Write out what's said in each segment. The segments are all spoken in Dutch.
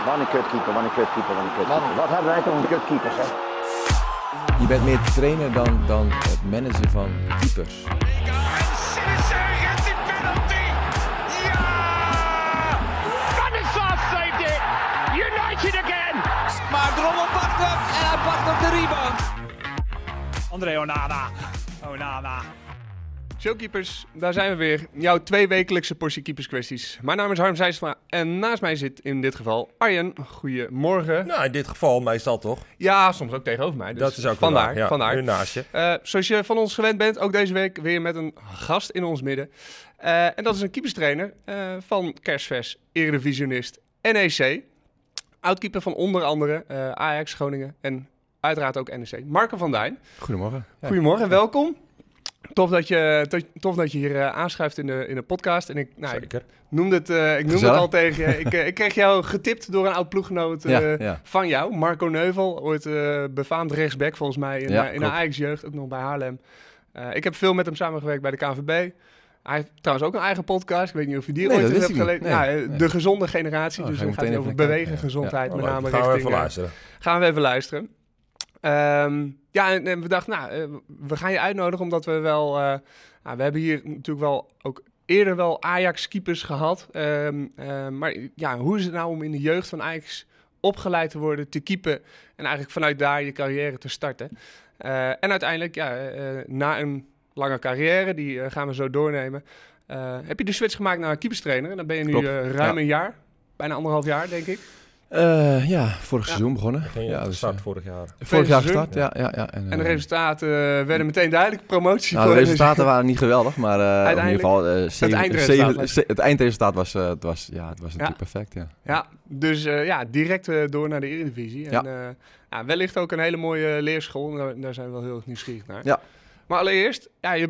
Wat een kutkeeper. Wat hebben wij toch een kutkeepers, hè? Je bent meer trainer dan het manager van keepers. Maar Drommel pakt hem en hij pakt op de rebound. André Onana. Showkeepers, daar zijn we weer. Jouw 2-wekelijkse portie keeperskwesties. Mijn naam is Harm Zijstra en naast mij zit in dit geval Arjen. Goedemorgen. Nou, in dit geval meestal toch? Ja, soms ook tegenover mij. Dus Dat is ook vandaar. waar, ja, vandaar. nu naast je. Zoals je van ons gewend bent, ook deze week weer met een gast in ons midden. En dat is een keeperstrainer van kerstvers, eredivisionist NEC. Oudkeeper van onder andere Ajax, Groningen en uiteraard ook NEC. Marco van Duin. Goedemorgen. Ja. Goedemorgen, welkom. Tof dat je hier aanschuift in de podcast. En ik noemde het al tegen je. Ik kreeg jou getipt door een oud ploeggenoot van jou. Marco Neuvel, ooit befaamd rechtsback volgens mij in de Ajax-jeugd. Ook nog bij Haarlem. Ik heb veel met hem samengewerkt bij de KNVB. Hij heeft trouwens ook een eigen podcast. Ik weet niet of je die ooit hebt gelezen. Nee. De gezonde generatie. Dus dan gaat hij over bewegengezondheid. Met name gaan we even luisteren. Gaan we even luisteren. En we dachten, we gaan je uitnodigen omdat we wel... we hebben hier natuurlijk wel ook eerder wel Ajax-keepers gehad. Maar ja, hoe is het nou om in de jeugd van Ajax opgeleid te worden, te keepen en eigenlijk vanuit daar je carrière te starten? En uiteindelijk, na een lange carrière, die gaan we zo doornemen, heb je de switch gemaakt naar keeperstrainer. En dan ben je nu ruim een jaar, bijna 1,5 jaar, denk ik. Vorig seizoen begonnen. Start vorig jaar. Vorig jaar gestart, ja. En de resultaten werden meteen duidelijk. Promotie. Nou, de resultaten waren niet geweldig, maar in ieder geval het eindresultaat was natuurlijk perfect, Ja, dus direct door naar de Eredivisie. En wellicht ook een hele mooie leerschool. Daar zijn we wel heel erg nieuwsgierig naar. Ja. Maar allereerst,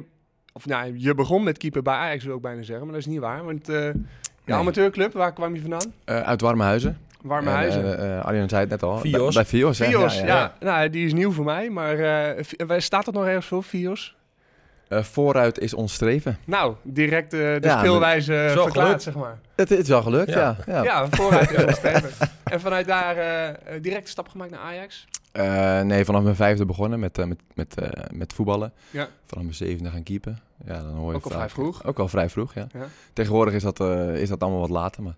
je begon met keeper bij Ajax, wil ik bijna zeggen, maar dat is niet waar. Want amateurclub, waar kwam je vandaan? Uit Warmehuizen. Arjen zei het net al. Fios. Bij Fios, hè? Fios, ja. Nou, die is nieuw voor mij, maar staat dat nog ergens voor, Fios? Vooruit is ons streven. Nou, direct de speelwijze verklaard, zeg maar. Het is wel gelukt, ja. Ja, vooruit is ons streven. En vanuit daar direct de stap gemaakt naar Ajax? Nee, vanaf mijn 5e begonnen met voetballen. Ja. Vanaf mijn 7e gaan keepen. Ja, dan hoor je ook al vrij vroeg? Ook al vrij vroeg, ja. Tegenwoordig is dat allemaal wat later, maar...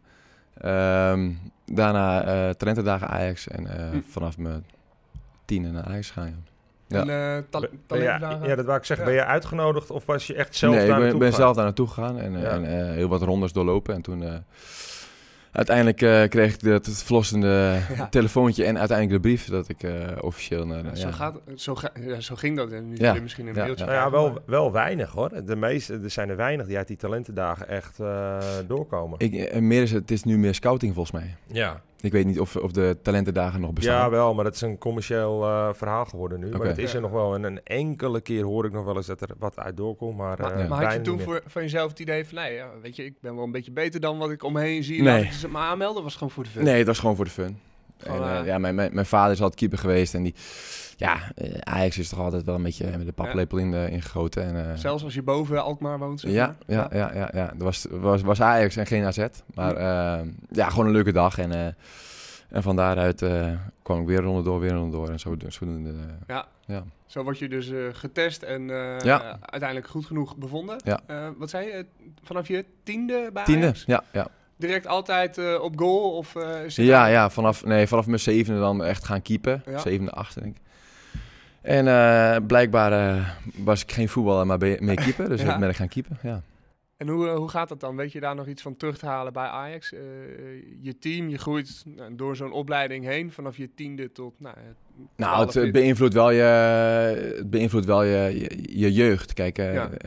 daarna talentendagen Ajax en vanaf mijn 10e naar Ajax gaan. Ja. En talentendagen? Ja, dat wou ik zeggen. Ben je uitgenodigd of was je echt zelf daar naartoe gegaan? Ik ben zelf daar naartoe gegaan en heel wat rondes doorlopen. En toen uiteindelijk kreeg ik het verlossende telefoontje en uiteindelijk de brief dat ik officieel naar... Zo ging dat. En nu je misschien een mailtje. Wel weinig hoor. Er zijn er weinig die uit die talentendagen echt doorkomen. Het is nu meer scouting volgens mij. Ja. Ik weet niet of de talentendagen nog bestaan. Ja, wel, maar dat is een commercieel verhaal geworden nu. Okay. Maar het is er nog wel. En een enkele keer hoor ik nog wel eens dat er wat uit doorkomt. Maar had je toen van jezelf het idee van... weet je, ik ben wel een beetje beter dan wat ik om me heen zie. Nee. Laat ik ze me aanmelden? Was het gewoon voor de fun? Nee, het was gewoon voor de fun. Mijn vader is altijd keeper geweest. En Ajax is toch altijd wel een beetje met de paplepel ingegoten. En, zelfs als je boven Alkmaar woont? Zeg maar. Ja. Dat was Ajax en geen AZ. Maar gewoon een leuke dag. En van daaruit kwam ik weer ronde door. En zo Zo word je dus getest en uiteindelijk goed genoeg bevonden. Ja. Wat zei je? Vanaf je 10e bij Ajax? Ja. Direct altijd op goal? Of, vanaf mijn 7e dan echt gaan keepen. 7e, 8e denk ik. En blijkbaar was ik geen voetballer, maar meer keeper. Dus ben ik gaan keepen, En hoe gaat dat dan? Weet je daar nog iets van terug te halen bij Ajax? Je team, je groeit door zo'n opleiding heen vanaf je 10e tot... het beïnvloedt wel je jeugd. Kijk,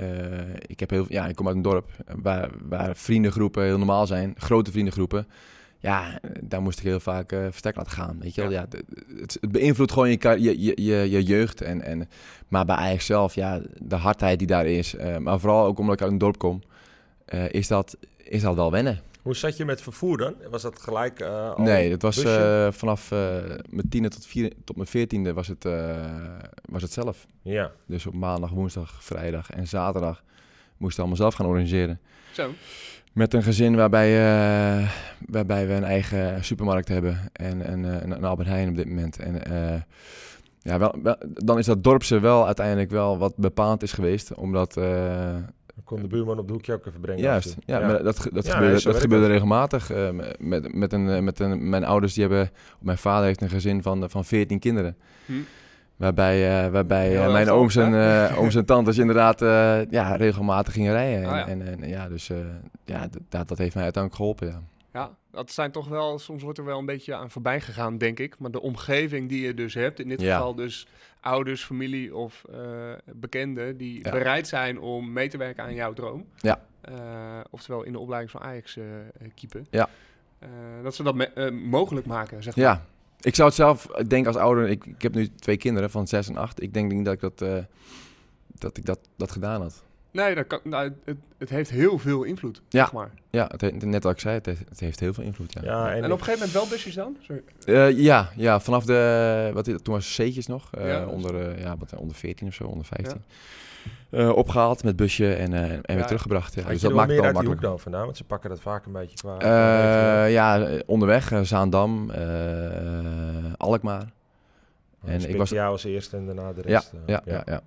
ik kom uit een dorp waar vriendengroepen heel normaal zijn. Grote vriendengroepen. Ja, daar moest ik heel vaak verstek laten gaan. Weet je wel? Ja, het beïnvloedt gewoon je jeugd. Maar bij Ajax zelf, de hardheid die daar is. Maar vooral ook omdat ik uit een dorp kom, is dat wel wennen. Hoe zat je met vervoer dan? Was dat gelijk Nee, het was vanaf mijn 10e tot mijn 14e was het zelf. Ja. Dus op maandag, woensdag, vrijdag en zaterdag moesten allemaal zelf gaan organiseren. Zo. Met een gezin waarbij we een eigen supermarkt hebben en een Albert Heijn op dit moment. En dan is dat dorpse wel uiteindelijk wel wat bepaald is geweest, omdat... kon de buurman op de hoekje ook even brengen. Juist, maar dat gebeurde regelmatig. Mijn ouders, mijn vader heeft een gezin van 14 kinderen. Waarbij mijn ooms en tantes inderdaad regelmatig gingen rijden. Dat heeft mij uiteindelijk geholpen, ja. Ja, dat zijn toch wel, soms wordt er wel een beetje aan voorbij gegaan, denk ik. Maar de omgeving die je dus hebt, in dit geval dus ouders, familie of bekenden die bereid zijn om mee te werken aan jouw droom. Ja. Oftewel in de opleiding van Ajax keeper. Ja. Dat ze dat mogelijk maken, zeg maar. Ja, ik zou het zelf, ik denk als ouder, ik heb nu 2 kinderen van 6 en 8. Ik denk niet dat ik dat gedaan had. Nee, het heeft heel veel invloed, zeg maar. Ja, net wat ik zei, het heeft heel veel invloed. Ja. En op een gegeven moment wel busjes dan? Vanaf toen was C'tjes nog, onder 14 of zo, onder 15. Ja. Opgehaald met busje en weer teruggebracht. Ja. Dus dat maakt het al makkelijk. Hoek dan vandaan? Want ze pakken dat vaak een beetje qua... onderweg, Zaandam, Alkmaar. En ik was jou als eerste en daarna de rest. Ja.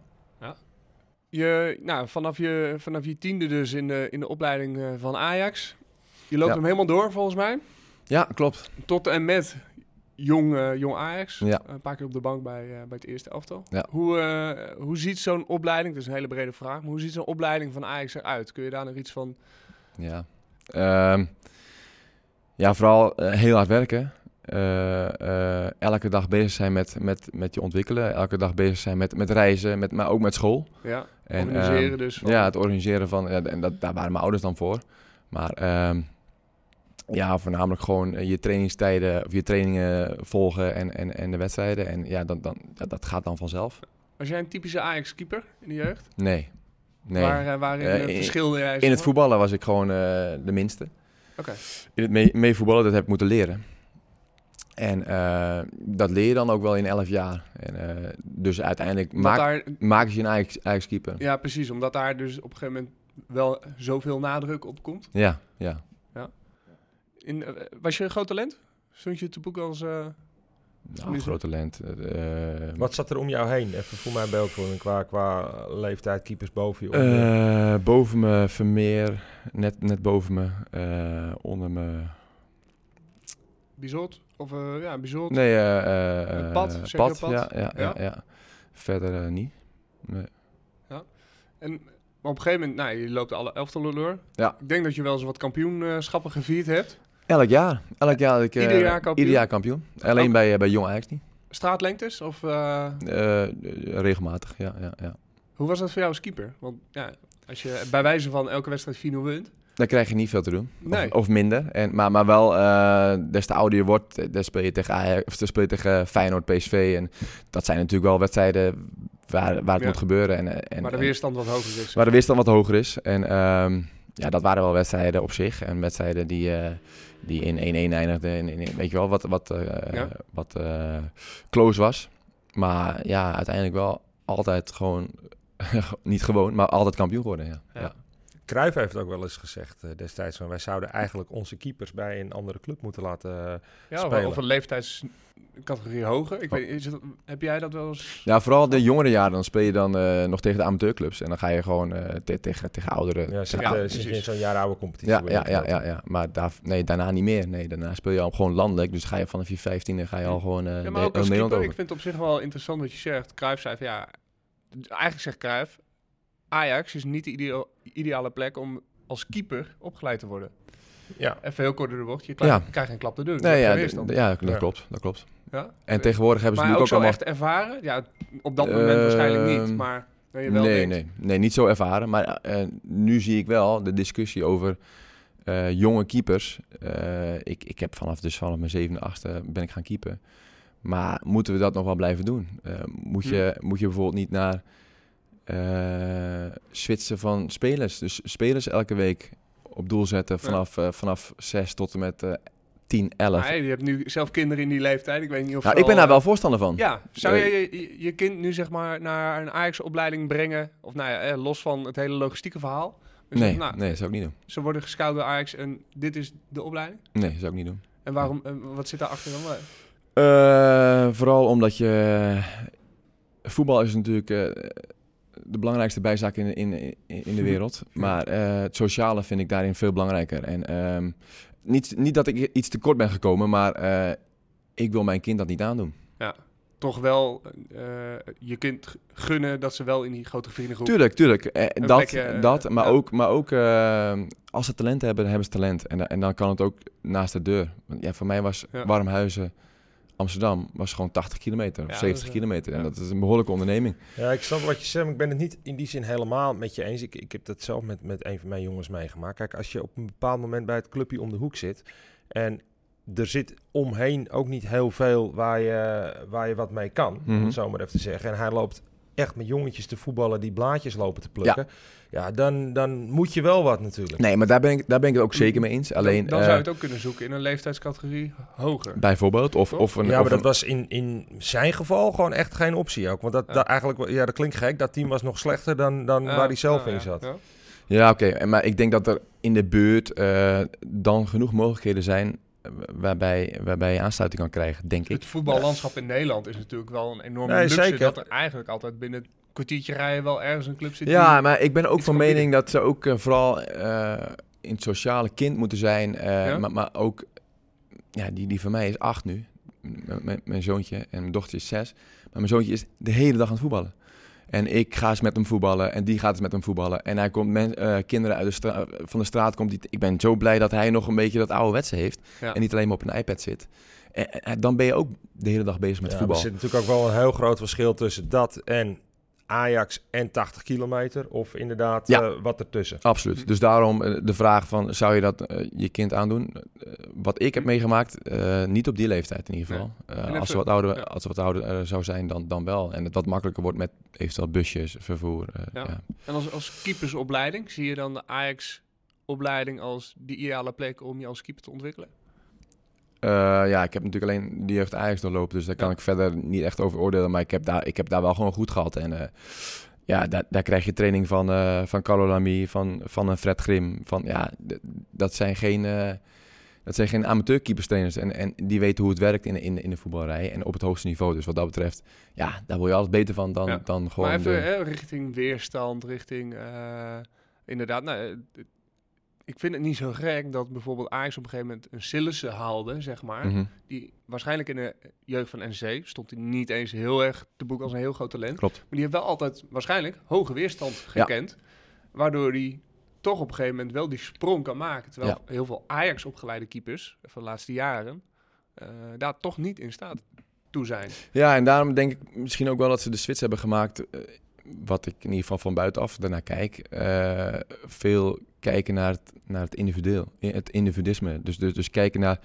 Vanaf je 10e dus in de opleiding van Ajax. Je loopt hem helemaal door, volgens mij. Ja, klopt. Tot en met jong Ajax. Ja. Een paar keer op de bank bij het eerste elftal. Ja. Hoe ziet zo'n opleiding, dat is een hele brede vraag, maar hoe ziet zo'n opleiding van Ajax eruit? Kun je daar nog iets van... Ja, vooral heel hard werken. Elke dag bezig zijn met je ontwikkelen. Elke dag bezig zijn met reizen, maar ook met school. Ja, organiseren dus. Het organiseren van... en daar waren mijn ouders dan voor. Maar voornamelijk gewoon je trainingstijden of je trainingen volgen en de wedstrijden. En dat gaat dan vanzelf. Was jij een typische Ajax-keeper in de jeugd? Nee. Waarin verschilde jij? In het voetballen was ik gewoon de minste. Okay. In het meevoetballen, dat heb ik moeten leren. En dat leer je dan ook wel in 11 jaar. En, dus uiteindelijk maken ze een Ajax-keeper. Ja, precies. Omdat daar dus op een gegeven moment wel zoveel nadruk op komt. Ja. Was je een groot talent? Stond je te boek als... groot talent. Wat zat er om jou heen? Even voor mijn beeldvorming qua leeftijd, keepers boven je? Boven me Vermeer, net boven me, onder me... Bizot? Of Bizot? Nee, Pad? Ja. Verder niet. Nee. Ja. Maar op een gegeven moment, je loopt alle elftallen door. Ja. Ik denk dat je wel eens wat kampioenschappen gevierd hebt. Elk jaar. Ieder jaar kampioen? Alleen bij Jong Ajax niet. Straatlengtes? Of, regelmatig, ja. Hoe was dat voor jou als keeper? Want als je bij wijze van elke wedstrijd 4-0 wint... Dan krijg je niet veel te doen. Nee. Of minder. Maar wel, des te ouder je wordt, des speel je tegen Ajax, of dan speel je tegen Feyenoord, PSV. En dat zijn natuurlijk wel wedstrijden waar het moet gebeuren. Waar de weerstand wat hoger is. Waar de weerstand wat hoger is. En dat waren wel wedstrijden op zich. En wedstrijden die in 1-1 eindigden. Weet je wel, wat close was. Maar ja, uiteindelijk wel altijd gewoon, niet gewoon, maar altijd kampioen geworden. Ja. Cruijff heeft ook wel eens gezegd destijds van wij zouden eigenlijk onze keepers bij een andere club moeten laten spelen. Of een leeftijdscategorie hoger. Ik weet, heb jij dat wel eens? Ja, vooral de jongere jaren. Dan speel je dan nog tegen de amateurclubs. En dan ga je gewoon tegen ouderen. Ja, zit je in zo'n jaar oude competitie. Ja. Maar daarna niet meer. Nee, daarna speel je al gewoon landelijk. Dus ga je vanaf je 15e ga je al gewoon maar ook als keeper, ik vind het op zich wel interessant wat je zegt. Cruijff zei van eigenlijk zegt Cruijff, Ajax is niet de ideale plek om als keeper opgeleid te worden. Ja. Even heel kort door de bocht. Je krijgt geen klap te doen. Dat klopt. Ja? En tegenwoordig hebben ze natuurlijk ook allemaal... echt ervaren? Ja, op dat moment waarschijnlijk niet. Maar nee, niet zo ervaren. Maar nu zie ik wel de discussie over jonge keepers. Ik heb vanaf mijn 7e, 8e ben ik gaan keepen. Maar moeten we dat nog wel blijven doen? Moet je bijvoorbeeld niet naar... switchen van spelers. Dus spelers elke week op doel zetten vanaf 6 tot en met 10, 11. Je hebt nu zelf kinderen in die leeftijd. Ik weet niet of ik ben daar wel voorstander van. Ja, zou je kind nu zeg maar naar een Ajax-opleiding brengen? Of los van het hele logistieke verhaal. Dus nee, dat zou ik niet doen. Ze worden gescout bij Ajax en dit is de opleiding? Nee, dat zou ik niet doen. En waarom? Wat zit daarachter dan? Vooral omdat voetbal is natuurlijk de belangrijkste bijzaak in de wereld. Maar het sociale vind ik daarin veel belangrijker. En niet dat ik iets tekort ben gekomen, maar ik wil mijn kind dat niet aandoen. Ja, toch wel je kind gunnen dat ze wel in die grote vriendengroep... Tuurlijk. Maar ook als ze talent hebben, hebben ze talent. En dan kan het ook naast de deur. Want voor mij was Warmhuizen... Amsterdam was gewoon 80 kilometer of 70 kilometer. En dat is een behoorlijke onderneming. Ja, ik snap wat je zegt, maar ik ben het niet in die zin helemaal met je eens. Ik heb dat zelf met een van mijn jongens meegemaakt. Kijk, als je op een bepaald moment bij het clubje om de hoek zit... en er zit omheen ook niet heel veel waar je wat mee kan, om het zo maar even te zeggen. En hij loopt echt met jongetjes te voetballen die blaadjes lopen te plukken... Ja, dan moet je wel wat natuurlijk. Nee, maar daar ben ik het ook zeker mee eens. Alleen, dan zou je het ook kunnen zoeken in een leeftijdscategorie hoger. Bijvoorbeeld. Dat was in zijn geval gewoon echt geen optie ook. Want dat klinkt gek. Dat team was nog slechter dan waar hij zelf in zat. Ja, oké. Maar ik denk dat er in de buurt dan genoeg mogelijkheden zijn... Waarbij je aansluiting kan krijgen, denk ik. Het voetballandschap in Nederland is natuurlijk wel een enorme luxe. Zeker. Dat er eigenlijk altijd binnen... kwartiertje rijden wel ergens een club zit. Ja, maar ik ben ook van mening dat ze ook vooral in het sociale kind moeten zijn. Maar ook, die van mij is 8 nu. Mijn zoontje en mijn dochter is 6. Maar mijn zoontje is de hele dag aan het voetballen. En ik ga eens met hem voetballen en die gaat eens met hem voetballen. En hij komt kinderen uit van de straat. Ik ben zo blij dat hij nog een beetje dat ouderwetse heeft. Ja. En niet alleen maar op een iPad zit. En dan ben je ook de hele dag bezig met voetbal. Er zit natuurlijk ook wel een heel groot verschil tussen dat en... Ajax en 80 kilometer of inderdaad wat ertussen. Absoluut. Dus daarom de vraag van, zou je dat je kind aandoen? Wat ik heb meegemaakt, niet op die leeftijd in ieder geval. Als ze wat ouder zou zijn, dan wel. En het wat makkelijker wordt met eventueel busjes, vervoer. En als keepersopleiding, zie je dan de Ajax-opleiding als die ideale plek om je als keeper te ontwikkelen? Ik heb natuurlijk alleen de jeugd Ajax doorlopen, dus daar kan ik verder niet echt over oordelen. Maar ik heb daar wel gewoon goed gehad. En daar krijg je training van Carlo Lamy, van een Fred Grim. Dat zijn geen amateurkeeperstrainers. En die weten hoe het werkt in de voetballerij en op het hoogste niveau. Dus wat dat betreft, daar word je alles beter van dan gewoon... Maar even richting weerstand, richting... inderdaad, ik vind het niet zo gek dat bijvoorbeeld Ajax op een gegeven moment een Sillissen haalde, zeg maar. Mm-hmm. Die waarschijnlijk in de jeugd van NEC stond hij niet eens heel erg te boek als een heel groot talent. Klopt. Maar die heeft wel altijd waarschijnlijk hoge weerstand gekend. Ja. Waardoor hij toch op een gegeven moment wel die sprong kan maken. Terwijl heel veel Ajax opgeleide keepers van de laatste jaren daar toch niet in staat toe zijn. Ja, en daarom denk ik misschien ook wel dat ze de switch hebben gemaakt... wat ik in ieder geval van buitenaf daarnaar kijk, veel kijken naar het individueel, het individualisme. Dus kijken naar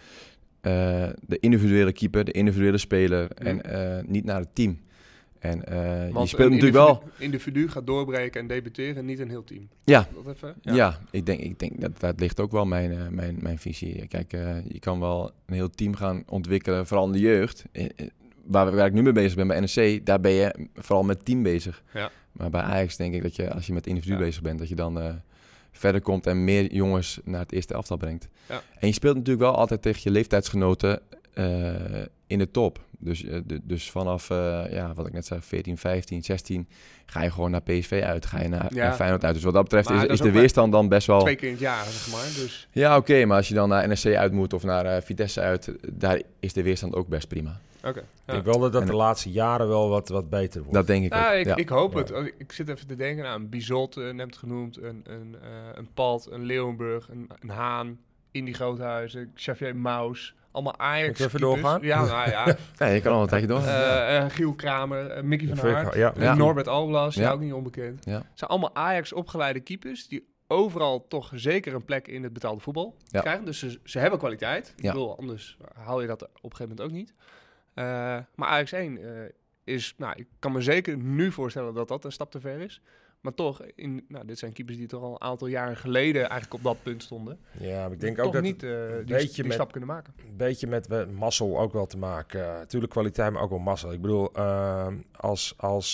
de individuele keeper, de individuele speler en niet naar het team. En je speelt natuurlijk wel... individu gaat doorbreken en debuteren, niet een heel team. Ja, ik denk dat ligt ook wel mijn visie. Kijk, je kan wel een heel team gaan ontwikkelen, vooral in de jeugd... Waar ik nu mee bezig ben bij NEC, daar ben je vooral met team bezig. Ja. Maar bij Ajax denk ik dat je, als je met individu bezig bent, dat je dan verder komt en meer jongens naar het eerste elftal brengt. Ja. En je speelt natuurlijk wel altijd tegen je leeftijdsgenoten in de top. Dus vanaf, wat ik net zei, 14, 15, 16, ga je gewoon naar PSV uit, ga je naar Feyenoord uit. Dus wat dat betreft is de weerstand dan best wel... 2 keer in het jaar, zeg maar. Dus... Ja, oké, maar als je dan naar NEC uit moet of naar Vitesse uit, daar is de weerstand ook best prima. Okay, ik denk wel dat de laatste jaren wel wat beter wordt. Dat denk ik ook. Ik hoop het. Ik zit even te denken aan een Bizot, neemt genoemd, een Palt, een Leeuwenburg, een Haan, Indy Groothuizen, Xavier Maus. Allemaal Ajax. Even doorgaan? Ja, je kan al een tijdje doorgaan. Giel Kramer, Mickey van Aert, Norbert Alblas, ook niet onbekend. Ja. Het zijn allemaal Ajax opgeleide keepers die overal toch zeker een plek in het betaalde voetbal krijgen. Dus ze hebben kwaliteit. Ik bedoel, anders haal je dat op een gegeven moment ook niet. Maar Ajax 1 is... ik kan me zeker nu voorstellen dat een stap te ver is. Maar toch, dit zijn keepers die toch al een aantal jaren geleden eigenlijk op dat punt stonden. Ja, maar ik denk ook dat niet die stap kunnen maken. Een beetje met mazzel ook wel te maken. Natuurlijk kwaliteit, maar ook wel mazzel. Ik bedoel, als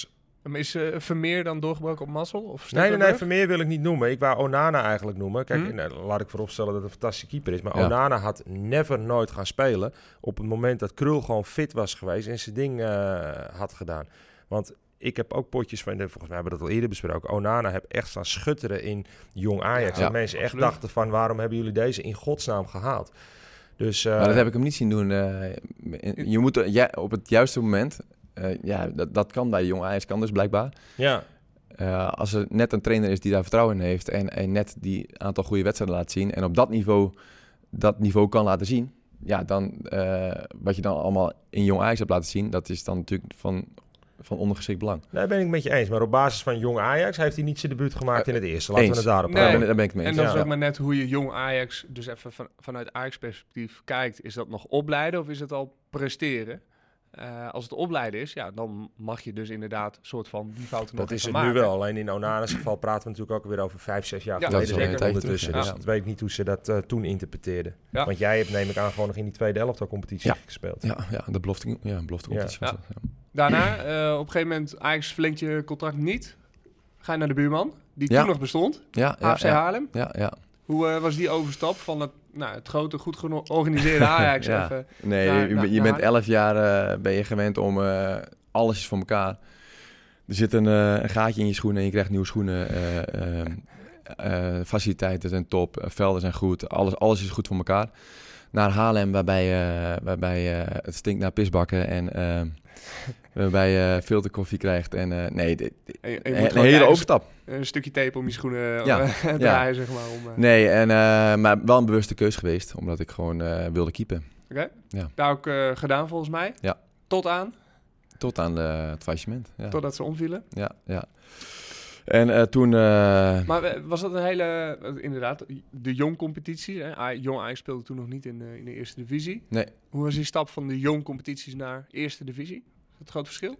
Is Vermeer dan doorgebroken op mazzel? Of nee, Vermeer wil ik niet noemen. Ik wou Onana eigenlijk noemen. Kijk, laat ik vooropstellen dat het een fantastische keeper is. Maar Onana had nooit gaan spelen op het moment dat Krul gewoon fit was geweest en zijn ding had gedaan. Want ik heb ook potjes van, volgens mij hebben we dat al eerder besproken. Onana heb echt staan schutteren in jong Ajax. En mensen echt dachten van, waarom hebben jullie deze in godsnaam gehaald? Dus, maar dat heb ik hem niet zien doen. Je moet op het juiste moment... dat kan bij jong Ajax, kan dus blijkbaar. Ja. Als er net een trainer is die daar vertrouwen in heeft... en net die aantal goede wedstrijden laat zien... en op dat niveau kan laten zien... ja, dan wat je dan allemaal in jong Ajax hebt laten zien... dat is dan natuurlijk van ondergeschikt belang. Daar ben ik met je eens. Maar op basis van jong Ajax heeft hij niet zijn debuut gemaakt in het eerste. Laten we het daarop houden. Daar ben ik mee eens. En dat is ook maar net hoe je jong Ajax... dus even vanuit Ajax-perspectief kijkt. Is dat nog opleiden of is het al presteren? Als het opleiden is, dan mag je dus inderdaad soort van die fouten nog dat is het maken. Nu wel. Alleen in Onana's geval praten we natuurlijk ook weer over 5-6 jaar geleden ondertussen. Dus ik weet niet hoe ze dat toen interpreteerden. Ja. Want jij hebt, neem ik aan, gewoon nog in die tweede elftal competitie gespeeld. Ja, de belofte competitie was dat. Ja. Daarna, op een gegeven moment, Ajax verlengt je contract niet. Ga je naar de buurman, die toen nog bestond. AFC Haarlem. Ja. Hoe was die overstap van het grote, goed georganiseerde Ajax? Even je bent 11 jaar ben je gewend om alles is voor elkaar. Er zit een gaatje in je schoenen en je krijgt nieuwe schoenen. Faciliteiten zijn top, velden zijn goed, alles is goed voor elkaar. Naar Haarlem, waarbij het stinkt naar pisbakken en waarbij je filterkoffie krijgt. En een hele overstap. Een stukje tape om je schoenen draaien, zeg maar. Nee, maar wel een bewuste keus geweest, omdat ik gewoon wilde keepen. Oké. Ja. Daar ook gedaan volgens mij? Ja. Tot aan? Tot aan het faillissement, ja. Totdat ze omvielen? Ja. En toen... Maar was dat een hele... Inderdaad, de jong-competitie. Jong Ajax speelde toen nog niet in de eerste divisie. Nee. Hoe was die stap van de jong-competities naar eerste divisie? Is dat een groot verschil?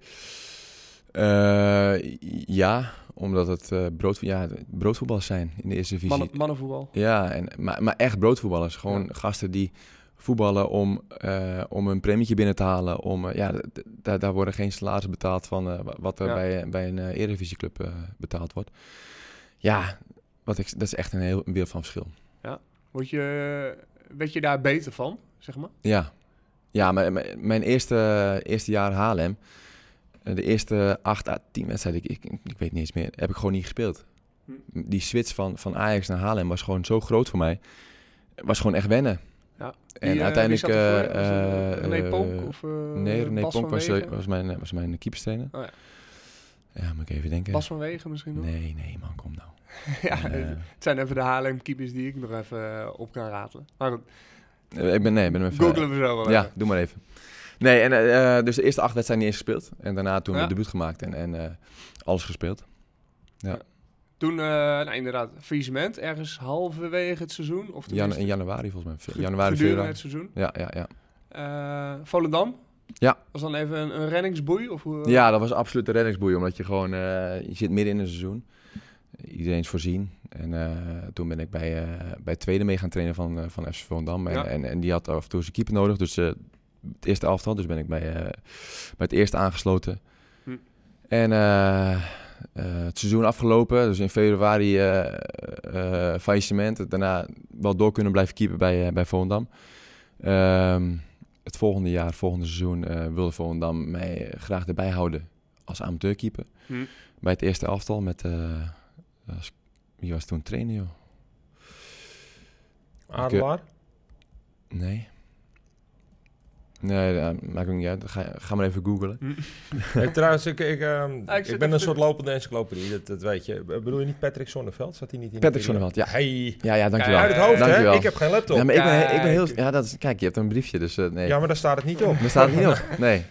Ja, omdat het broodvoetballers zijn in de eerste divisie. Mannenvoetbal. Ja, maar echt broodvoetballers. Gewoon gasten die voetballen om een premietje binnen te halen. Daar worden geen salarissen betaald van wat er bij een Eredivisieclub betaald wordt. Ja, dat is echt een wereld van verschil. Ja. Werd je daar beter van, zeg maar? Ja, mijn eerste jaar Haarlem, de eerste 8 à 10 wedstrijden, ik weet niet eens meer, heb ik gewoon niet gespeeld. Die switch van Ajax naar Haarlem was gewoon zo groot voor mij. Het was gewoon echt wennen. Ja. En uiteindelijk... René Ponk? René Ponk was mijn keeperstrainer. Oh, ja, moet ik even denken. Bas van Wegen misschien nog? Nee man, kom nou. Het zijn even de Haarlem keepers die ik nog even op kan ratelen. Maar goed. Ik ben even... Googelen we zo wel. Ja, doe maar even. Nee, en dus de eerste 8 wedstrijden niet eens gespeeld. En daarna toen de debuut gemaakt en alles gespeeld. Ja. Toen, inderdaad, faillissement ergens halverwege het seizoen. Of in januari volgens mij. Januari, gedurende het seizoen. Ja. Volendam? Ja. Was dan even een reddingsboei? Of hoe, Ja, dat was absoluut een reddingsboei. Omdat je gewoon, je zit midden in een seizoen. Iedereen is voorzien. En toen ben ik bij het tweede mee gaan trainen van FC Volendam. En die had af en toe zijn keeper nodig. Dus het eerste elftal. Dus ben ik bij het eerste aangesloten. En het seizoen afgelopen. Dus in februari faillissement. Daarna wel door kunnen blijven keepen bij Volendam. Het volgende seizoen wilde Volendam mij graag erbij houden als amateurkeeper. Bij het eerste elftal met... wie was toen trainer, joh? Adelaar? Nee, maakt ook niet uit. Ga maar even googlen. Trouwens, ik ben een soort lopende encyclopedie, dat weet je. Bedoel je niet Patrick Zonneveld? Zat hij niet in Patrick Zonneveld, ja. Hey. Ja, dankjewel. Uit het hoofd, dankjewel. Hè? Ik heb geen laptop. Ja, maar ik ben heel... Ja, kijk, je hebt een briefje, dus nee. Ja, maar daar staat het niet op. Daar staat het niet op, nee.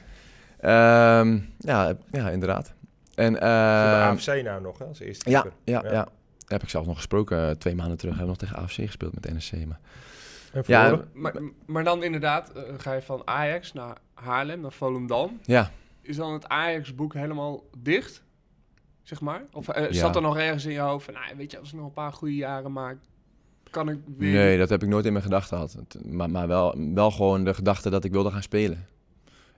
Ja, inderdaad. En, de AFC nou nog, hè, als eerste keeper. Ja. Daar heb ik zelf nog gesproken 2 maanden terug. Hebben we nog tegen AFC gespeeld met NSC, maar... Ja, maar dan inderdaad ga je van Ajax naar Haarlem, naar Volendam. Ja. Is dan het Ajax-boek helemaal dicht, zeg maar? Of zat er nog ergens in je hoofd van, weet je, als ik nog een paar goede jaren maak, kan ik weer... Nee, dat heb ik nooit in mijn gedachten gehad. Maar wel gewoon de gedachte dat ik wilde gaan spelen.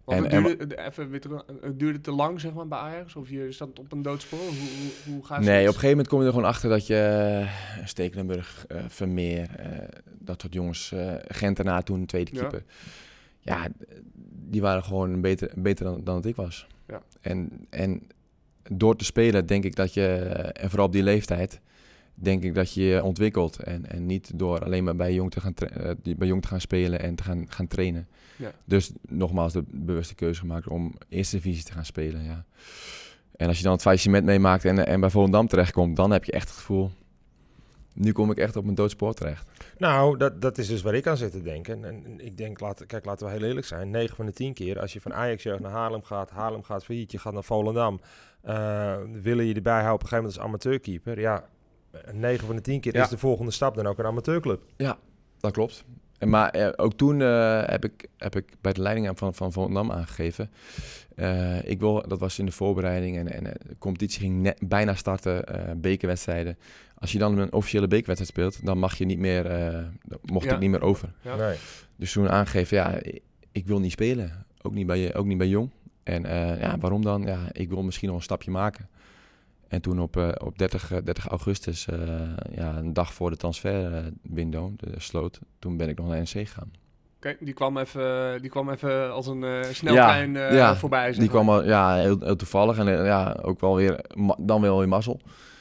Want het duurde te lang, zeg maar, bij Ajax? Of je zat op een doodspoor? Hoe gaat het? Nee, op een gegeven moment kom je er gewoon achter dat je Stekelenburg, Vermeer, dat soort jongens, Gentenaar toen, tweede keeper. Ja, die waren gewoon beter dan dat ik was. Ja. En door te spelen denk ik dat je, en vooral op die leeftijd, denk ik dat je je ontwikkelt. En niet door alleen maar bij jong te gaan spelen en te gaan trainen. Ja. Dus nogmaals de bewuste keuze gemaakt om eerste divisie te gaan spelen. Ja. En als je dan het faillissement meemaakt en bij Volendam terechtkomt, dan heb je echt het gevoel, nu kom ik echt op mijn doodspoor terecht. Nou, dat is dus waar ik aan zit te denken. En ik denk, laten we heel eerlijk zijn. 9 van de 10 keer, als je van Ajax-jeugd naar Haarlem gaat failliet, je gaat naar Volendam, willen je erbij houden op een gegeven moment als amateurkeeper. Ja, 9 van de 10 keer is de volgende stap dan ook een amateurclub. Ja, dat klopt. Maar ook toen heb ik bij de leiding van Volendam aangegeven. Dat was in de voorbereiding en de competitie ging bijna starten, bekerwedstrijden. Als je dan een officiële bekerwedstrijd speelt, dan mag je niet meer, mocht ik niet meer over. Ja. Nee. Dus toen aangegeven, ik wil niet spelen. Ook niet bij jong. En waarom dan? Ja, ik wil misschien nog een stapje maken. En toen op 30 augustus, een dag voor de transferwindow, de sloot, toen ben ik nog naar NEC gegaan. Oké, die kwam even als een sneltrein voorbij. Die kwam heel toevallig en ook wel weer, dan wel weer mazzel.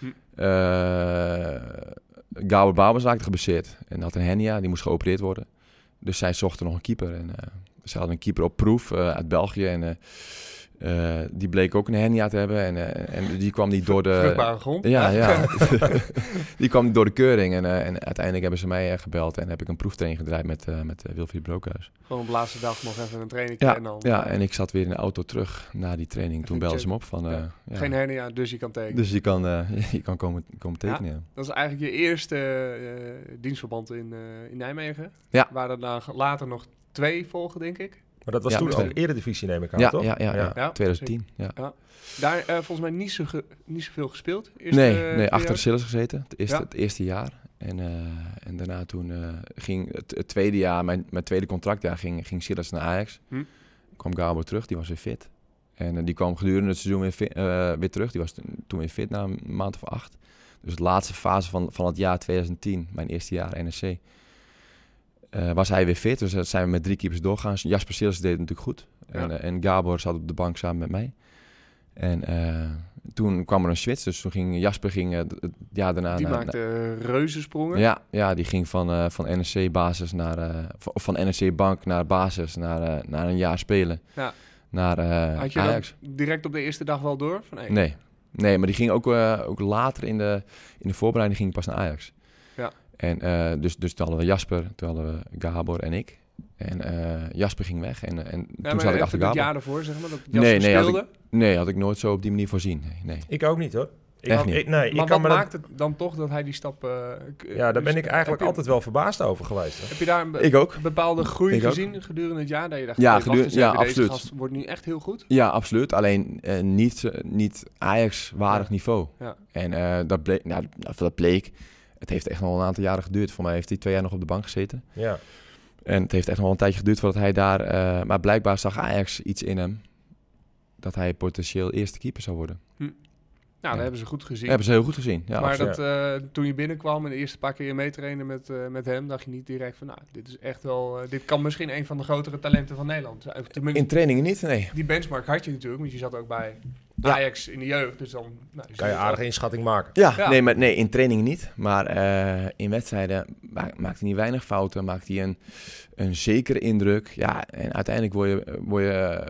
Gabor Babers raakte geblesseerd en had een hernia, die moest geopereerd worden. Dus zij zochten nog een keeper en ze hadden een keeper op proef uit België en die bleek ook een hernia te hebben en die kwam niet door de... Vruchtbare grond. Ja. Die kwam niet door de keuring en uiteindelijk hebben ze mij gebeld en heb ik een proeftraining gedraaid met Wilfried Brookhuis. Gewoon op de laatste dag nog even een training. En ik zat weer in de auto terug na die training. Toen belden ze me op van... Geen hernia, dus je kan tekenen. Dus je kan komen tekenen, ja. Dat is eigenlijk je eerste dienstverband in Nijmegen. Ja. Waar er dan later nog 2 volgen, denk ik. Maar dat was toen ook Eredivisie, neem ik aan, toch? Ja, 2010. Ja. Daar volgens mij niet zoveel gespeeld. Nee, achter de Sillis gezeten. Het eerste jaar. En daarna toen ging het tweede jaar, mijn tweede contractjaar, ging Sillis naar Ajax. Kwam Gabor terug, die was weer fit. En die kwam gedurende het seizoen weer terug. Die was toen weer fit na een maand of 8. Dus de laatste fase van het jaar 2010, mijn eerste jaar NEC... was hij weer fit, dus zijn we met 3 keepers doorgegaan. Jasper Sillis deed het natuurlijk goed. En Gabor zat op de bank samen met mij. En toen kwam er een switch, dus toen ging Jasper het jaar daarna... Die maakte reuzensprongen. Ja, die ging van NEC basis naar... van NEC bank naar basis, naar een jaar spelen. Ja. Naar Had je Ajax. Dat direct op de eerste dag wel door? Van, Nee, maar die ging ook later in de voorbereiding ging pas naar Ajax. Ja. En dus toen hadden we Jasper, toen hadden we Gabor en ik. En Jasper ging weg en toen zat ik achter Gabor. Het jaar ervoor, zeg maar, dat Jasper speelde? Had ik nooit zo op die manier voorzien. Nee. Ik ook niet, hoor. Echt niet. Maar wat maakt het dan toch dat hij die stap... daar ben ik eigenlijk altijd wel verbaasd over geweest. Hè? Heb je daar een bepaalde groei gezien gedurende het jaar? Dat je dacht, absoluut. Deze gast wordt nu echt heel goed? Ja, absoluut. Alleen niet Ajax-waardig niveau. Ja. En dat bleek. Het heeft echt nog een aantal jaren geduurd. Voor mij heeft hij 2 jaar nog op de bank gezeten. Ja. En het heeft echt nog wel een tijdje geduurd voordat hij daar... maar blijkbaar zag Ajax iets in hem dat hij potentieel eerste keeper zou worden. Nou, dat hebben ze goed gezien. Hebben ze heel goed gezien, ja. Maar toen je binnenkwam en de eerste paar keer meetrainen met hem, dacht je niet direct van, dit is echt wel... dit kan misschien een van de grotere talenten van Nederland. In trainingen niet, nee. Die benchmark had je natuurlijk, want je zat ook bij Ajax in de jeugd. Dus dan kan je aardige inschatting maken. Ja. Nee, in trainingen niet. Maar in wedstrijden maakt hij niet weinig fouten. Maakt hij een zekere indruk. Ja, en uiteindelijk word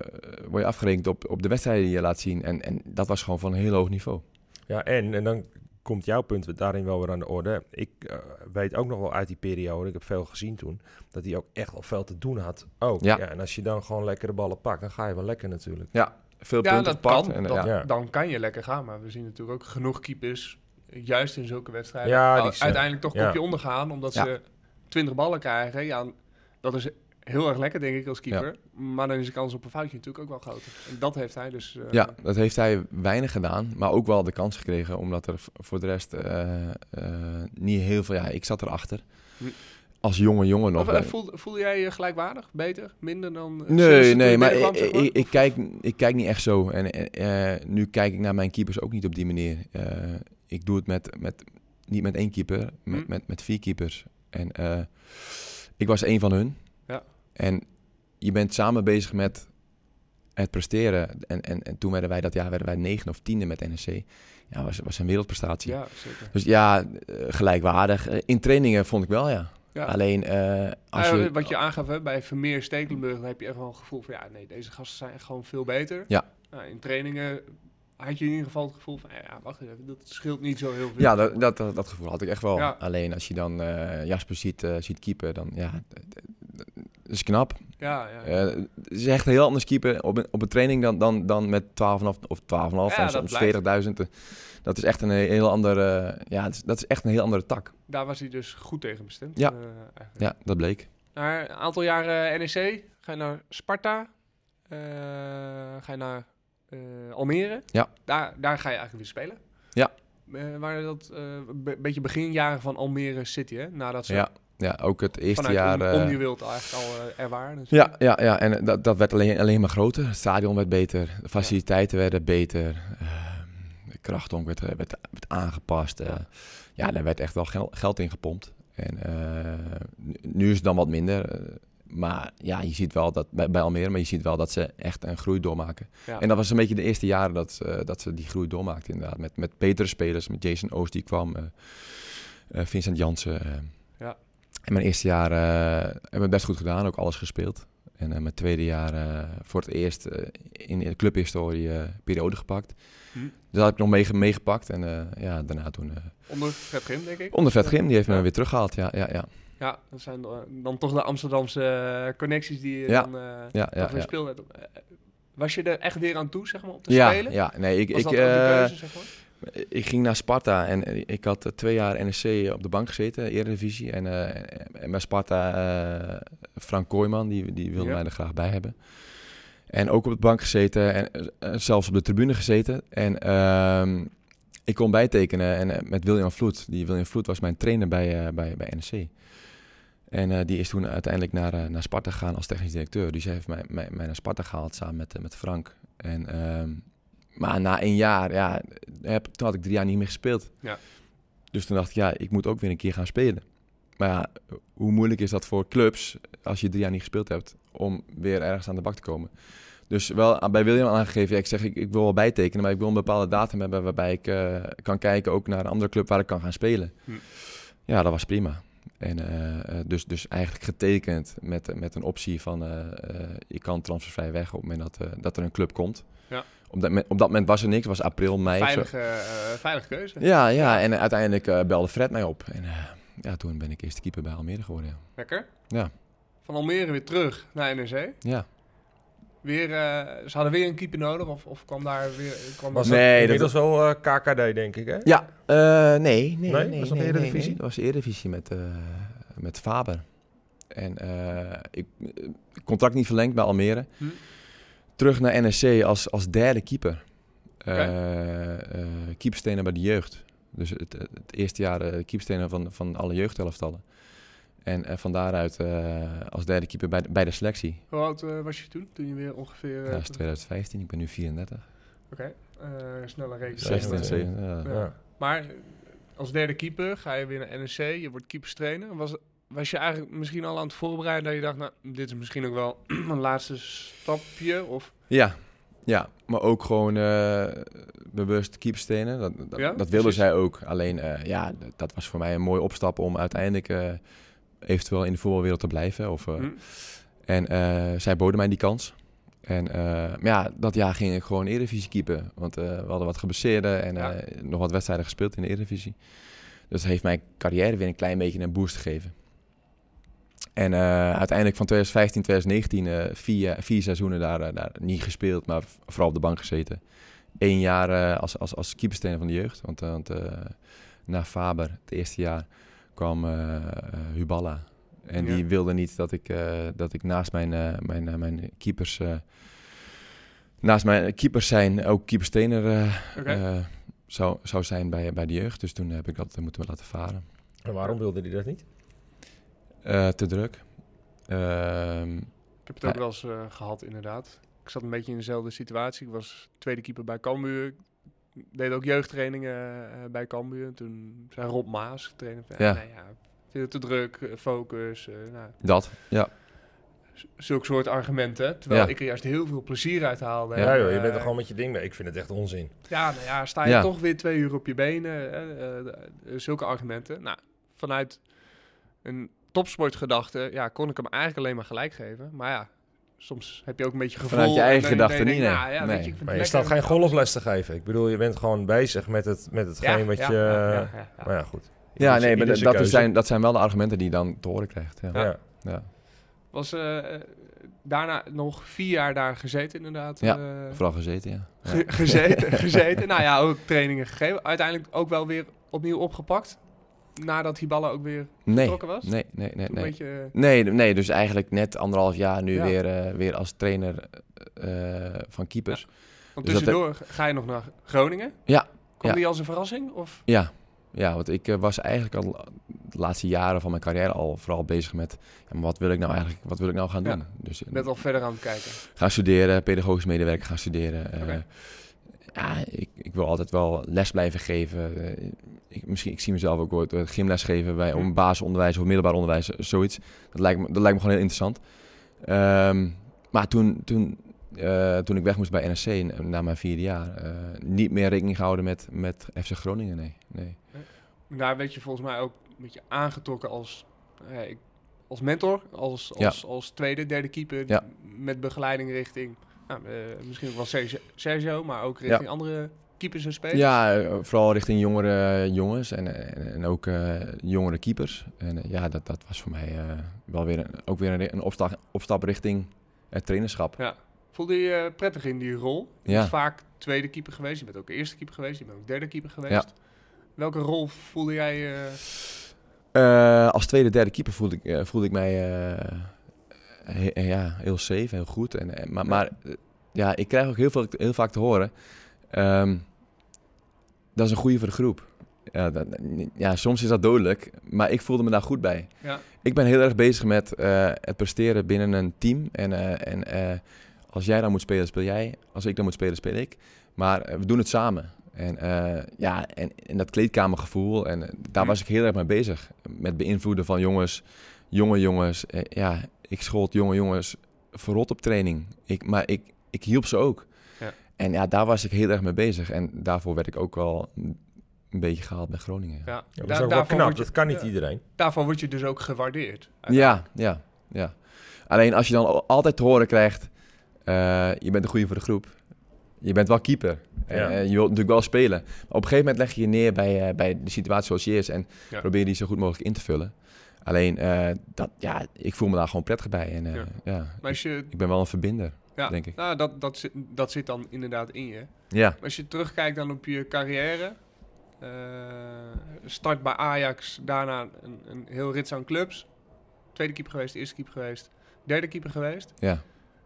je afgerekend op de wedstrijden die je laat zien. En dat was gewoon van een heel hoog niveau. Ja, en dan komt jouw punt daarin wel weer aan de orde. Ik weet ook nog wel uit die periode, ik heb veel gezien toen, dat hij ook echt wel veel te doen had. En als je dan gewoon lekkere ballen pakt, dan ga je wel lekker natuurlijk. Ja, veel punten gepakt. Dan kan je lekker gaan. Maar we zien natuurlijk ook genoeg keepers, juist in zulke wedstrijden, uiteindelijk toch kopje ondergaan, omdat ze 20 ballen krijgen. Ja, dat is heel erg lekker, denk ik, als keeper. Ja. Maar dan is de kans op een foutje natuurlijk ook wel groter. En dat heeft hij dus... dat heeft hij weinig gedaan. Maar ook wel de kans gekregen. Omdat er voor de rest niet heel veel... Ja, ik zat erachter. als jonge jongen nog. Voelde jij je gelijkwaardig? Beter? Minder dan... Nee, maar ik kijk niet echt zo. En nu kijk ik naar mijn keepers ook niet op die manier. Ik doe het niet met 1 keeper, met 4 keepers. En ik was 1 van hun. Ja. En je bent samen bezig met het presteren. En toen werden wij dat jaar 9 of 10e met NEC. Ja, was een wereldprestatie. Ja, zeker. Dus ja, gelijkwaardig. In trainingen vond ik wel, ja. Alleen als je... Wat je aangaf bij Vermeer, Stekelenburg, dan heb je echt wel een gevoel van... Ja, nee, deze gasten zijn gewoon veel beter. Ja. In trainingen had je in ieder geval het gevoel van... Ja, wacht even, dat scheelt niet zo heel veel. Ja, dat gevoel had ik echt wel. Ja. Alleen als je dan Jasper ziet keeper, dan ja... Dat is knap. Ja. Het is echt een heel anders keeper op een training dan met 12,5 en soms 40.000. Dat is echt een heel andere, dat is echt een heel andere tak. Daar was hij dus goed tegen bestemd. Ja, dat bleek. Na een aantal jaren NEC, ga je naar Sparta, ga je naar Almere. Ja. Daar ga je eigenlijk weer spelen. Ja. Waren dat een beetje beginjaren van Almere City, hè? Nadat ze... Ja, ook het eerste jaar... Om je wilt eigenlijk al ervaren. Dus. Ja, en dat werd alleen maar groter. Het stadion werd beter, de faciliteiten werden beter, de krachtonk werd aangepast. Daar werd echt wel geld in gepompt. En nu is het dan wat minder. Maar ja, je ziet wel dat bij Almere, maar je ziet wel dat ze echt een groei doormaken. Ja. En dat was een beetje de eerste jaren dat ze die groei doormaakten inderdaad. Met betere spelers, met Jason Oost die kwam, Vincent Janssen... In mijn eerste jaar hebben we best goed gedaan, ook alles gespeeld. En mijn tweede jaar voor het eerst in de clubhistorie periode gepakt. Dus dat heb ik nog meegepakt. En daarna toen... onder Fred Grim, denk ik? Onder Fred Grim, die heeft me weer teruggehaald, ja. Ja, dat zijn dan toch de Amsterdamse connecties die je dan weer speelde. Was je er echt weer aan toe, zeg maar, om te spelen? Ja, nee. Was dat ook de keuze, zeg maar? Ik ging naar Sparta en ik had 2 jaar NEC op de bank gezeten, Eredivisie. En bij Sparta, Frank Kooijman, die wilde mij er graag bij hebben. En ook op de bank gezeten en zelfs op de tribune gezeten. En ik kon bijtekenen en met William Vloed. William Vloed was mijn trainer bij NEC. En die is toen uiteindelijk naar Sparta gegaan als technisch directeur. Dus hij heeft mij naar Sparta gehaald samen met Frank. En... Maar na 1 jaar, toen had ik 3 jaar niet meer gespeeld. Ja. Dus toen dacht ik, ik moet ook weer een keer gaan spelen. Maar ja, hoe moeilijk is dat voor clubs als je 3 jaar niet gespeeld hebt om weer ergens aan de bak te komen? Dus wel bij William aangegeven, ik zeg ik wil wel bijtekenen, maar ik wil een bepaalde datum hebben waarbij ik kan kijken ook naar een andere club waar ik kan gaan spelen. Ja, dat was prima. En dus eigenlijk getekend met een optie van je kan transfervrij weg op het moment dat er een club komt. Ja. Op dat moment was er niks, het was april, mei. Veilige keuze. Ja, en uiteindelijk belde Fred mij op. En toen ben ik eerste keeper bij Almere geworden. Ja. Lekker. Ja. Van Almere weer terug naar NEC. Ja. Ze hadden weer een keeper nodig of kwam daar weer... Dat was wel KKD, denk ik, hè? Ja, nee. Was dat Eredivisie? Dat was Eredivisie met Faber. En contract niet verlengd bij Almere. Terug naar NEC als derde keeper. Keeperstrainer bij de jeugd. Dus het eerste jaar keeperstrainer van alle jeugdhelftallen. En van daaruit als derde keeper bij de selectie. Hoe oud was je toen je weer ongeveer... dat is 2015, ik ben nu 34. Oké, snelle rekening. 16, 17, ja. Maar als derde keeper ga je weer naar NEC, je wordt keeperstrainer. Was je eigenlijk misschien al aan het voorbereiden dat je dacht, dit is misschien ook wel een laatste stapje? Of? Ja, maar ook gewoon bewust keeperstrainer. Dat wilde zij ook. Alleen, dat was voor mij een mooie opstap om uiteindelijk eventueel in de voetbalwereld te blijven. En zij boden mij die kans. En dat jaar ging ik gewoon Eredivisie keepen. Want we hadden wat geblesseerden en nog wat wedstrijden gespeeld in de Eredivisie. Dus dat heeft mijn carrière weer een klein beetje een boost gegeven. En uiteindelijk van 2015, 2019, 4 seizoenen daar niet gespeeld, maar vooral op de bank gezeten. 1 jaar als keeperstrainer van de jeugd. Want na Faber, het eerste jaar, kwam Huballa. En die wilde niet dat ik naast mijn keepers... naast mijn keepers zijn ook keeperstrainer zou zijn bij de jeugd. Dus toen heb ik dat moeten laten varen. En waarom wilde hij dat niet? Te druk. Ik heb het ook wel eens gehad, inderdaad. Ik zat een beetje in dezelfde situatie. Ik was tweede keeper bij Cambuur. Ik deed ook jeugdtrainingen bij Cambuur. Toen zei Rob Maas, trainer van... veel te druk, focus. Dat, ja. Zulke soort argumenten. Terwijl ik er juist heel veel plezier uit haalde. Ja joh, je bent er gewoon met je ding mee. Ik vind het echt onzin. Sta je toch weer 2 uur op je benen. Zulke argumenten. Nou, vanuit een topsportgedachte... kon ik hem eigenlijk alleen maar gelijk geven. Maar ja, soms heb je ook een beetje gevoel... Vanuit je eigen gedachten niet, nee. Maar je staat geen golfles te geven. Ik bedoel, je bent gewoon bezig met hetgeen wat je... Maar ja, goed. Ja, nee, maar dat zijn wel de argumenten die je dan te horen krijgt. Ja. Was daarna nog 4 jaar daar gezeten, inderdaad. Ja, vooral gezeten, ja. Gezeten. Nou ja, ook trainingen gegeven. Uiteindelijk ook wel weer opnieuw opgepakt. Nadat Hiballa ook weer vertrokken was? Nee, dus eigenlijk net 1,5 jaar nu weer als trainer van keepers. Ja. Want tussendoor ga je nog naar Groningen? Ja. Kwam die als een verrassing? Of? Ja, want ik was eigenlijk al de laatste jaren van mijn carrière al vooral bezig met... wat wil ik nou gaan doen? Dus, net al verder aan het kijken. Gaan studeren, pedagogisch medewerker gaan studeren. Ik wil altijd wel les blijven geven. Ik zie mezelf ook ooit gymles geven om basisonderwijs of middelbaar onderwijs, zoiets. Dat lijkt me gewoon heel interessant. Maar toen ik weg moest bij NSC na mijn 4e jaar, niet meer rekening gehouden met FC Groningen, nee. Daar werd je volgens mij ook een beetje aangetrokken als mentor, als tweede, derde keeper, met begeleiding richting, misschien ook wel Sergio, maar ook richting andere keepers en spelers. Ja, vooral richting jongere jongens en ook jongere keepers. En dat was voor mij wel weer een opstap richting het trainerschap. Ja. Voelde je je prettig in die rol? Je bent vaak tweede keeper geweest, je bent ook eerste keeper geweest, je bent ook derde keeper geweest. Ja. Welke rol voelde jij? Als tweede, derde keeper voelde ik mij heel safe, heel goed. Maar ik krijg ook heel vaak te horen, dat is een goeie voor de groep. Soms is dat dodelijk, maar ik voelde me daar goed bij. Ja. Ik ben heel erg bezig met het presteren binnen een team. En als jij dan moet spelen, speel jij. Als ik dan moet spelen, speel ik. Maar we doen het samen. En dat kleedkamergevoel, daar was ik heel erg mee bezig. Met beïnvloeden van jonge jongens. Ik schold jonge jongens verrot op training. Maar ik hielp ze ook. Ja. En daar was ik heel erg mee bezig. En daarvoor werd ik ook wel een beetje gehaald bij Groningen. Ja. Dat is ook wel knap, dat kan niet iedereen. Daarvan word je dus ook gewaardeerd. Ja. Alleen als je dan altijd te horen krijgt, je bent een goeie voor de groep. Je bent wel keeper. Ja. Je wilt natuurlijk wel spelen. Maar op een gegeven moment leg je je neer bij de situatie zoals je is. En probeer die zo goed mogelijk in te vullen. Alleen, ik voel me daar gewoon prettig bij. Maar ik ben wel een verbinder, denk ik. Nou, dat zit dan inderdaad in je. Ja. Maar als je terugkijkt dan op je carrière. Start bij Ajax. Daarna een heel rits aan clubs. Tweede keeper geweest, eerste keeper geweest. Derde keeper geweest. Ja.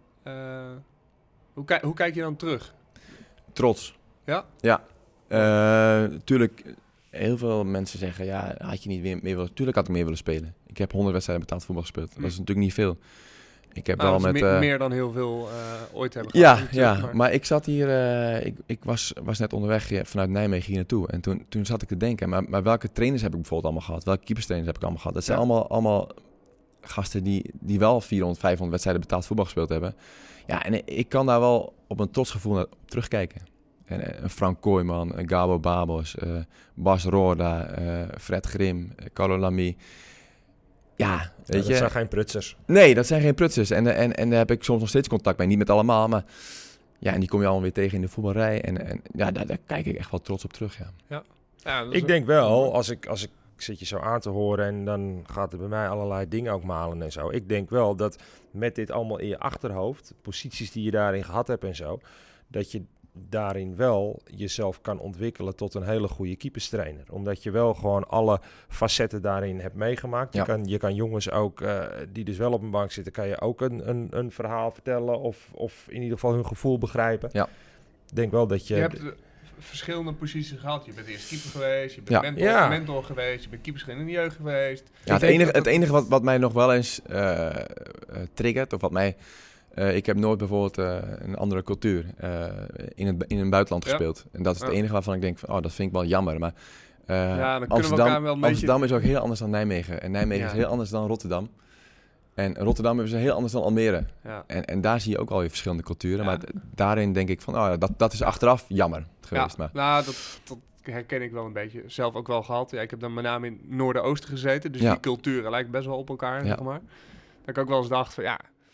Hoe kijk je dan terug? Trots. Ja? Ja. Tuurlijk, heel veel mensen zeggen, had je niet meer willen... Tuurlijk had ik meer willen spelen. Ik heb 100 wedstrijden betaald voetbal gespeeld. Dat is natuurlijk niet veel. Ik heb wel met... meer dan heel veel ooit hebben gehad. Maar ik zat hier... ik was net onderweg vanuit Nijmegen hier naartoe. En toen zat ik te denken, maar welke trainers heb ik bijvoorbeeld allemaal gehad? Welke keeperstrainers heb ik allemaal gehad? Dat zijn allemaal gasten die wel 400, 500 wedstrijden betaald voetbal gespeeld hebben. Ja, en ik kan daar wel op een trots gevoel naar terugkijken. En Frank Kooijman, Gabo Babos, Bas Roorda, Fred Grim, Carlo Lamy. Ja, weet je. Dat zijn geen prutsers. Nee, dat zijn geen prutsers. En daar heb ik soms nog steeds contact mee. Niet met allemaal, maar en die kom je allemaal weer tegen in de voetbalrij. En daar kijk ik echt wel trots op terug, ja. Ik denk wel, als ik zit je zo aan te horen en dan gaat er bij mij allerlei dingen ook malen en zo. Ik denk wel dat met dit allemaal in je achterhoofd, posities die je daarin gehad hebt en zo, dat je daarin wel jezelf kan ontwikkelen tot een hele goede keeperstrainer. Omdat je wel gewoon alle facetten daarin hebt meegemaakt. Je kan jongens ook, die dus wel op een bank zitten, kan je ook een verhaal vertellen of in ieder geval hun gevoel begrijpen. Ja. Ik denk wel dat je... Je hebt verschillende posities gehad. Je bent eerst keeper geweest, je bent mentor geweest, je bent keeperstrainer in de jeugd geweest. Ja, het enige wat mij nog wel eens triggert, of wat mij... ik heb nooit bijvoorbeeld een andere cultuur in een buitenland gespeeld. En dat is het enige waarvan ik denk van, dat vind ik wel jammer. Maar dan Amsterdam is ook heel anders dan Nijmegen. En Nijmegen is heel anders dan Rotterdam. En Rotterdam is heel anders dan Almere. Ja. En daar zie je ook alweer verschillende culturen. Ja. Maar daarin denk ik van, dat is achteraf jammer geweest. Ja, maar. Dat herken ik wel een beetje. Zelf ook wel gehad. Ja, ik heb dan met name in Noorden-Oosten gezeten. Dus die culturen lijken best wel op elkaar, zeg maar. Dat ik ook wel eens dacht van,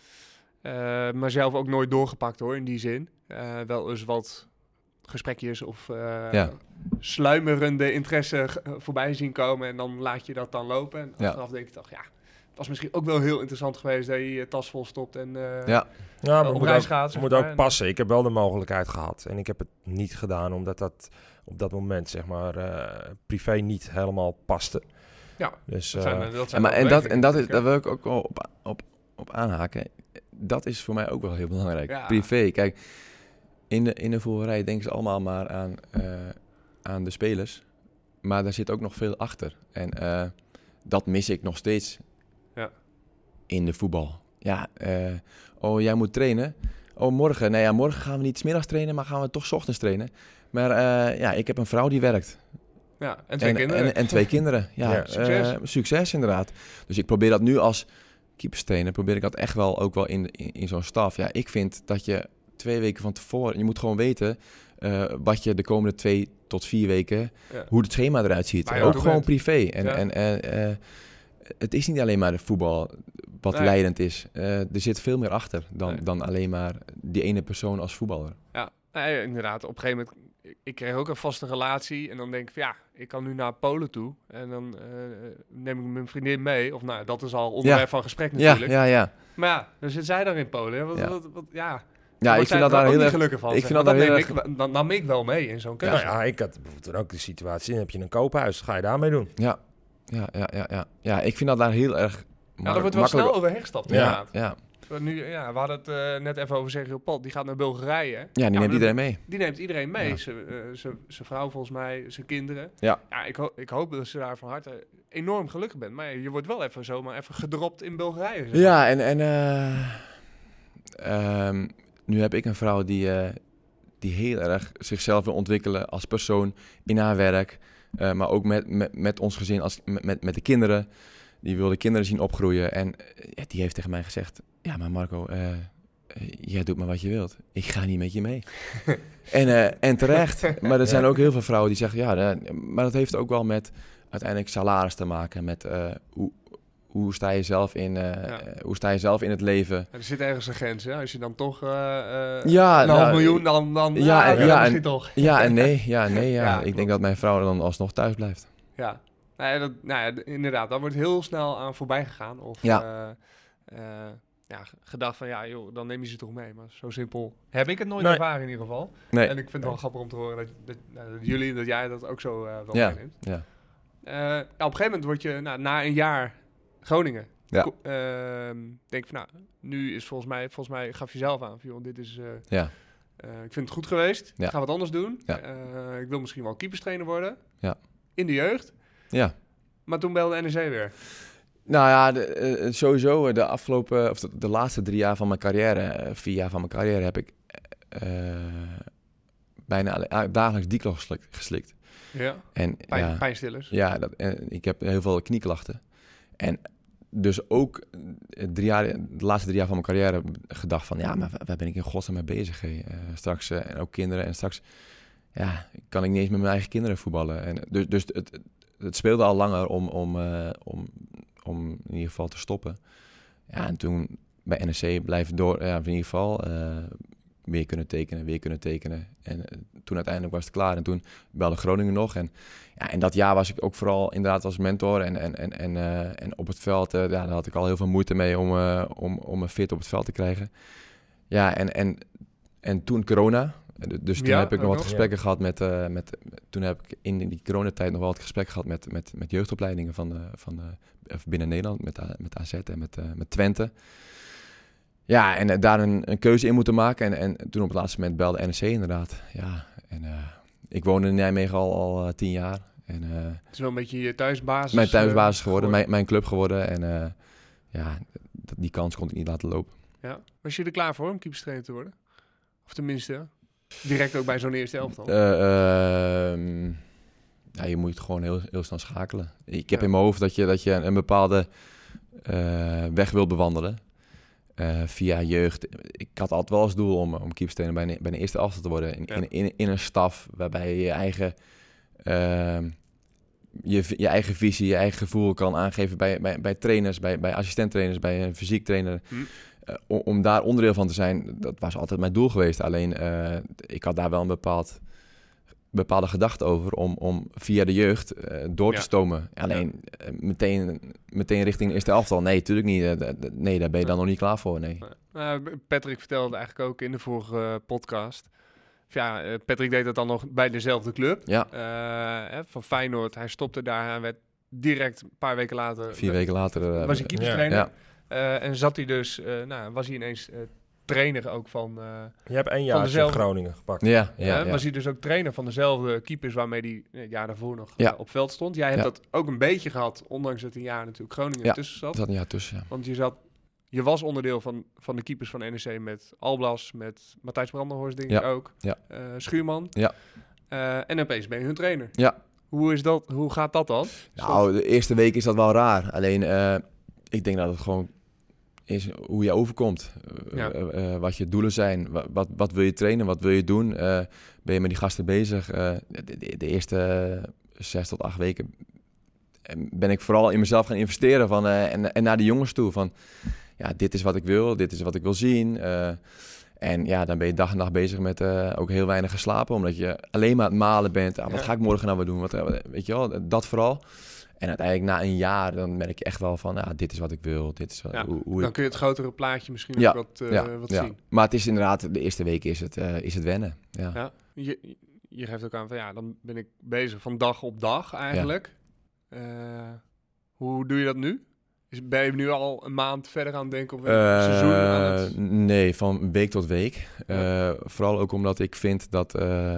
maar zelf ook nooit doorgepakt hoor, in die zin. Wel eens wat gesprekjes of sluimerende interesse voorbij zien komen. En dan laat je dat dan lopen. En achteraf denk ik toch, het was misschien ook wel heel interessant geweest dat je je tas vol stopt en op reis gaat. Het moet ook passen. Ik heb wel de mogelijkheid gehad. En ik heb het niet gedaan omdat dat op dat moment, zeg maar, privé niet helemaal paste. Ja, dus, daar wil ik ook wel op aanhaken. Dat is voor mij ook wel heel belangrijk. Ja. Privé. Kijk, in de voerderij denken ze allemaal maar aan de spelers. Maar daar zit ook nog veel achter. En dat mis ik nog steeds in de voetbal. Ja, jij moet trainen. Morgen. Nee, morgen gaan we niet 's middags trainen, maar gaan we toch 's ochtends trainen. Maar ik heb een vrouw die werkt. Ja, en 2 kinderen. En 2 kinderen. Ja, succes inderdaad. Dus ik probeer dat nu als keeperstrainer, probeer ik dat echt wel ook wel in zo'n staf. Ja, ik vind dat je 2 weken van tevoren, je moet gewoon weten wat je de komende 2 tot 4 weken, hoe het schema eruit ziet. Ook gewoon privé. En het is niet alleen maar de voetbal wat leidend is. Er zit veel meer achter dan alleen maar die ene persoon als voetballer. Ja, inderdaad. Op een gegeven moment, ik kreeg ook een vaste relatie en dan denk ik van ik kan nu naar Polen toe en dan neem ik mijn vriendin mee. Of dat is al onderwerp van gesprek natuurlijk. Ja. Maar dan zit zij dan in Polen. Ik vind dat daar heel erg gelukkig van. Ik vind dat heel erg. Dan nam ik wel mee in zo'n keuze. Ik had bijvoorbeeld ook de situatie, dan heb je een koophuis, ga je daarmee doen? Ja, ik vind dat daar heel erg daar wordt wel snel overheen gestapt. Ja. Nu, we hadden het net even over Sergio Pot. Die gaat naar Bulgarije. Ja, die neemt iedereen mee. Die neemt iedereen mee. Ja. Zijn vrouw volgens mij, zijn kinderen. Ja. Ik hoop dat ze daar van harte enorm gelukkig bent. Maar je wordt wel even zomaar gedropt in Bulgarije. Zeg. Ja, en nu heb ik een vrouw die heel erg zichzelf wil ontwikkelen als persoon in haar werk. Maar ook met ons gezin, met de kinderen. Die wil de kinderen zien opgroeien. En die heeft tegen mij gezegd, ja, maar Marco, jij doet maar wat je wilt. Ik ga niet met je mee. En terecht. Maar er zijn ook heel veel vrouwen die zeggen, maar dat heeft ook wel met uiteindelijk salaris te maken. Met hoe sta je zelf in het leven. Er zit ergens een grens, hè? Als je dan toch een half miljoen, dan misschien toch. Ja en nee. Ik denk dat mijn vrouw dan alsnog thuis blijft. Ja. Inderdaad, daar wordt heel snel aan voorbij gegaan. Of gedacht van, dan neem je ze toch mee. Maar zo simpel heb ik het nooit ervaren in ieder geval. Nee. En ik vind het wel grappig om te horen dat jij dat ook zo wel meeneemt. Ja. Op een gegeven moment word je na een jaar Groningen. Ja. Denk van, nu is volgens mij gaf je zelf aan. Van, dit is... ik vind het goed geweest. Ik ga wat anders doen. Ja. Ik wil misschien wel keeperstrainer worden. Ja. In de jeugd. Ja. Maar toen belde NEC weer. Nou ja, sowieso de afgelopen, of de laatste 3 jaar van mijn carrière, 4 jaar van mijn carrière, heb ik bijna dagelijks Diclo geslikt. Ja. En pijnstillers. Ja, ik heb heel veel knieklachten. En dus ook de laatste 3 jaar van mijn carrière gedacht van, maar waar ben ik in godsnaam mee bezig? Straks, en ook kinderen, en straks kan ik niet eens met mijn eigen kinderen voetballen. En dus het speelde al langer om in ieder geval te stoppen. Ja, en toen bij NEC blijven door, in ieder geval weer kunnen tekenen. En toen uiteindelijk was het klaar. En toen belde Groningen nog. En dat jaar was ik ook vooral inderdaad als mentor. En op het veld, daar had ik al heel veel moeite mee om me fit op het veld te krijgen. Ja, en toen corona. Dus toen heb ik nog wat gesprekken gehad toen heb ik in die coronatijd nog wel wat gesprekken gehad met jeugdopleidingen van binnen Nederland, met AZ en met Twente. Ja, en daar een keuze in moeten maken. En toen op het laatste moment belde NEC inderdaad. Ja, en ik woon in Nijmegen al 10 jaar. En, het is wel een beetje je thuisbasis. Mijn thuisbasis geworden, mijn club geworden. En die kans kon ik niet laten lopen. Ja. Was je er klaar voor om keeperstrainer te worden? Of tenminste, direct ook bij zo'n eerste elftal? Je moet gewoon heel snel schakelen. Ik heb in mijn hoofd dat je een bepaalde weg wilt bewandelen. Via jeugd. Ik had altijd wel als doel om keeperstrainer bij een eerste elftal te worden. In een staf waarbij je eigen... je eigen visie, je eigen gevoel kan aangeven bij trainers, bij assistenttrainers, bij een fysiek trainer. Om daar onderdeel van te zijn, dat was altijd mijn doel geweest. Alleen, ik had daar wel een bepaalde gedachte over om via de jeugd door te stomen. Alleen, meteen richting de eerste elftal. Nee, natuurlijk niet. Nee, daar ben je dan nog niet klaar voor, nee. Patrick vertelde eigenlijk ook in de vorige podcast... Patrick deed dat dan nog bij dezelfde club. Ja. Van Feyenoord. Hij stopte daar. Hij werd direct een paar weken later... 4 weken later... was hij keeperstrainer. Ja. En zat hij dus... was hij ineens trainer ook van... je hebt 1 jaar in Groningen gepakt. Ja. Was hij dus ook trainer van dezelfde keepers waarmee hij het jaar daarvoor nog op veld stond. Jij hebt dat ook een beetje gehad, ondanks dat een jaar natuurlijk Groningen tussen zat. Er zat een jaar tussen, Want je was onderdeel van de keepers van NEC met Alblas, met Matthijs Brandenhorst denk ik ook. Ja. Schuurman. Ja. En opeens ben je hun trainer. Ja. Hoe gaat dat dan? Nou, de eerste week is dat wel raar. Alleen, ik denk dat het gewoon is hoe je overkomt. Wat je doelen zijn. Wat wil je trainen? Wat wil je doen? Ben je met die gasten bezig? De eerste 6 tot 8 weken ben ik vooral in mezelf gaan investeren. En naar de jongens toe. Van, dit is wat ik wil. Dit is wat ik wil zien. En dan ben je dag en nacht bezig met ook heel weinig geslapen. Omdat je alleen maar aan het malen bent. Wat ga ik morgen nou weer doen? Weet je wel, dat vooral. En uiteindelijk na een jaar, dan merk je echt wel van... dit is wat ik wil. Dit is hoe dan kun je het grotere plaatje misschien ook wat zien. Maar het is inderdaad, de eerste week is het wennen. Ja. Je geeft ook aan van dan ben ik bezig van dag op dag eigenlijk. Hoe doe je dat nu? Ben je nu al een maand verder aan het denken of een seizoen aan het... Nee, van week tot week. Vooral ook omdat ik vind dat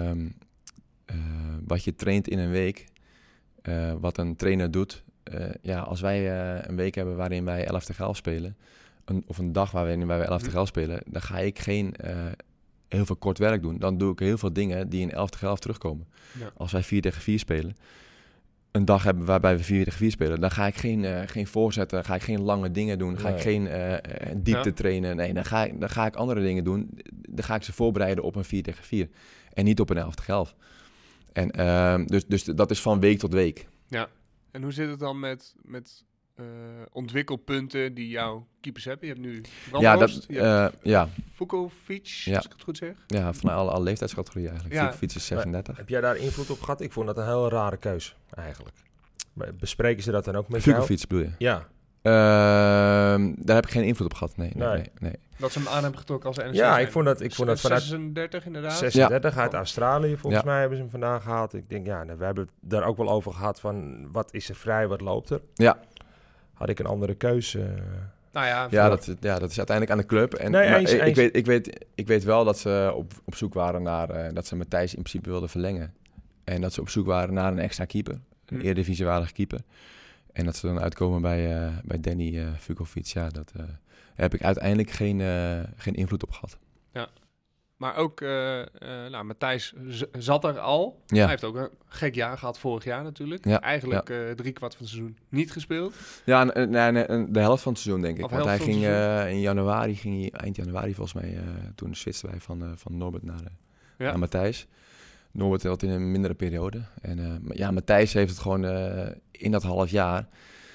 wat je traint in een week... wat een trainer doet. Als wij een week hebben waarin wij 11 tegen 11 spelen... of een dag waarin wij 11 tegen 11 spelen... dan ga ik geen heel veel kort werk doen. Dan doe ik heel veel dingen die in 11 tegen 11 terugkomen. Ja. Als wij 4 tegen 4 spelen... een dag hebben waarbij we 4 tegen 4 spelen... dan ga ik geen voorzetten, ga ik geen lange dingen doen... ga ik geen diepte trainen. Nee, dan ga ik andere dingen doen. Dan ga ik ze voorbereiden op een 4 tegen 4. En niet op een 11 tegen 11. En dus dat is van week tot week. Ja, en hoe zit het dan met ontwikkelpunten die jouw keepers hebben? Je hebt nu Brandhorst, Vukovic, als ik het goed zeg. Ja, van alle leeftijdscategorieën eigenlijk. Vukovic is 36. Maar heb jij daar invloed op gehad? Ik vond dat een heel rare keus eigenlijk. Bespreken ze dat dan ook met jou? Vukovic bedoel je? Ja. Daar heb ik geen invloed op gehad, nee. Dat ze hem aan hebben getrokken als NEC. Ja, ik vond dat vanuit 36 inderdaad. 36 uit Australië, volgens mij hebben ze hem vandaag gehaald. Ik denk, we hebben het daar ook wel over gehad van wat is er vrij, wat loopt er. Ja. Had ik een andere keuze. Dat is uiteindelijk aan de club. En ik weet wel dat ze op zoek waren naar dat ze Matthijs in principe wilden verlengen. En dat ze op zoek waren naar een extra keeper, een eredivisiewaardige keeper. En dat ze dan uitkomen bij Danny Vukovic. Daar heb ik uiteindelijk geen invloed op gehad. Ja, maar ook Matthijs zat er al. Ja. Hij heeft ook een gek jaar gehad vorig jaar natuurlijk. Ja. Eigenlijk 3/4 van het seizoen niet gespeeld. Ja, de helft van het seizoen denk ik. Want hij ging in januari, eind januari volgens mij, toen switchten wij van Norbert naar Matthijs. Norbert had in een mindere periode. En Matthijs heeft het gewoon in dat half jaar...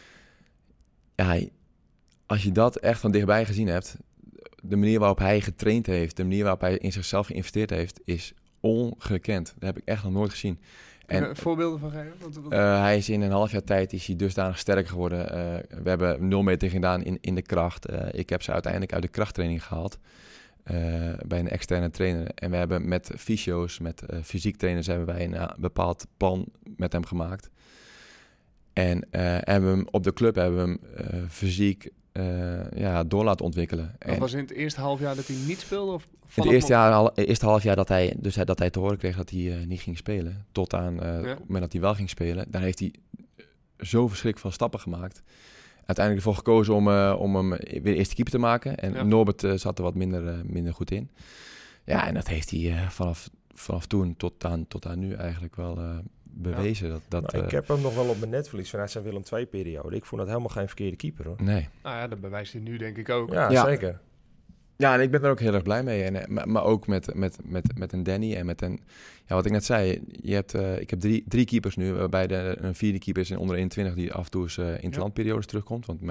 als je dat echt van dichtbij gezien hebt... de manier waarop hij getraind heeft... de manier waarop hij in zichzelf geïnvesteerd heeft... is ongekend. Dat heb ik echt nog nooit gezien. En voorbeelden van geven? Hij is in een half jaar tijd is hij dusdanig sterker geworden. We hebben 0 meter gedaan in de kracht. Ik heb ze uiteindelijk uit de krachttraining gehaald. Bij een externe trainer. En we hebben met fysio's, met fysiek trainers... hebben wij een bepaald plan met hem gemaakt. En op de club hebben we hem fysiek door laten ontwikkelen. Dat was in het eerste halfjaar dat hij niet speelde? Of in het eerste halfjaar dat hij te horen kreeg dat hij niet ging spelen. Tot aan het moment dat hij wel ging spelen. Daar heeft hij zo verschrikkelijk veel stappen gemaakt. Uiteindelijk ervoor gekozen om hem weer eerste keeper te maken. En Norbert zat er wat minder goed in. Ja, en dat heeft hij vanaf toen tot aan nu eigenlijk wel bewezen. Ik heb hem nog wel op mijn netvlies vanuit zijn Willem II-periode. Ik vond dat helemaal geen verkeerde keeper, hoor. Nee. Nou ja, dat bewijst hij nu denk ik ook. Ja, zeker. Ja, en ik ben er ook heel erg blij mee. Maar ook met een Danny en met een... Ja, wat ik net zei. Ik heb drie keepers nu. Waarbij een vierde keeper is in onder 21 die af en toe eens interlandperiodes terugkomt. Want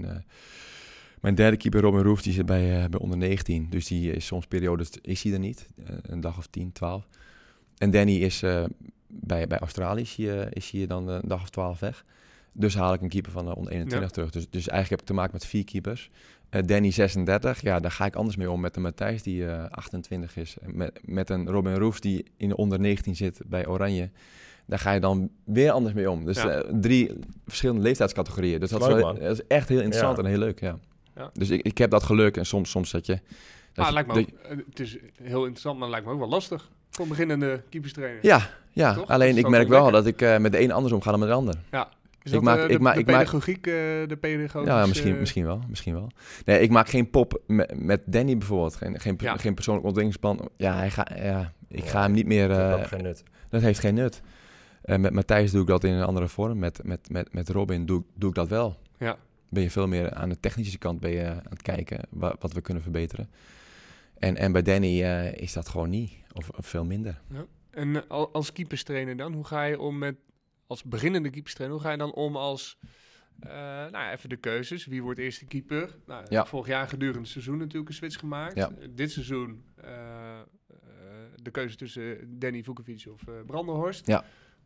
mijn derde keeper, Robin Roef, die zit bij onder 19. Dus die is soms periodes is hij er niet. Een dag of 10, 12. En Danny is bij Australië is hij dan een dag of 12 weg. Dus haal ik een keeper van onder 21 terug. Dus eigenlijk heb ik te maken met 4 keepers. Danny 36, ja, daar ga ik anders mee om met een Matthijs die 28 is. Met een Robin Roefs die in de onder 19 zit bij Oranje. Daar ga je dan weer anders mee om. Dus 3 verschillende leeftijdscategorieën. Dus dat is echt heel interessant en heel leuk, ja. Dus ik heb dat geluk en soms zet je... Het is heel interessant, maar het lijkt me ook wel lastig voor een beginnende keeperstrainer. Ja. Alleen ik merk wel dat ik met de een anders omga dan met de ander. Ja. Is dat de pedagogiek, de pedagogische... Ja, misschien wel. Nee, ik maak geen pop met Danny bijvoorbeeld. Geen persoonlijk ontwikkelingsplan. Ja, ik ga hem niet meer... Dat heeft geen nut. Met Matthijs doe ik dat in een andere vorm. Met Robin doe ik dat wel. Ja. Ben je veel meer aan de technische kant aan het kijken wat we kunnen verbeteren. En bij Danny is dat gewoon niet. Of veel minder. Ja. En als keeperstrainer dan, hoe ga je om met... Als beginnende keeperstrainer, hoe ga je dan om als... even de keuzes. Wie wordt eerste keeper? Vorig jaar gedurende het seizoen natuurlijk een switch gemaakt. Ja. Dit seizoen de keuze tussen Danny Vukovic of Brandenhorst. Ja.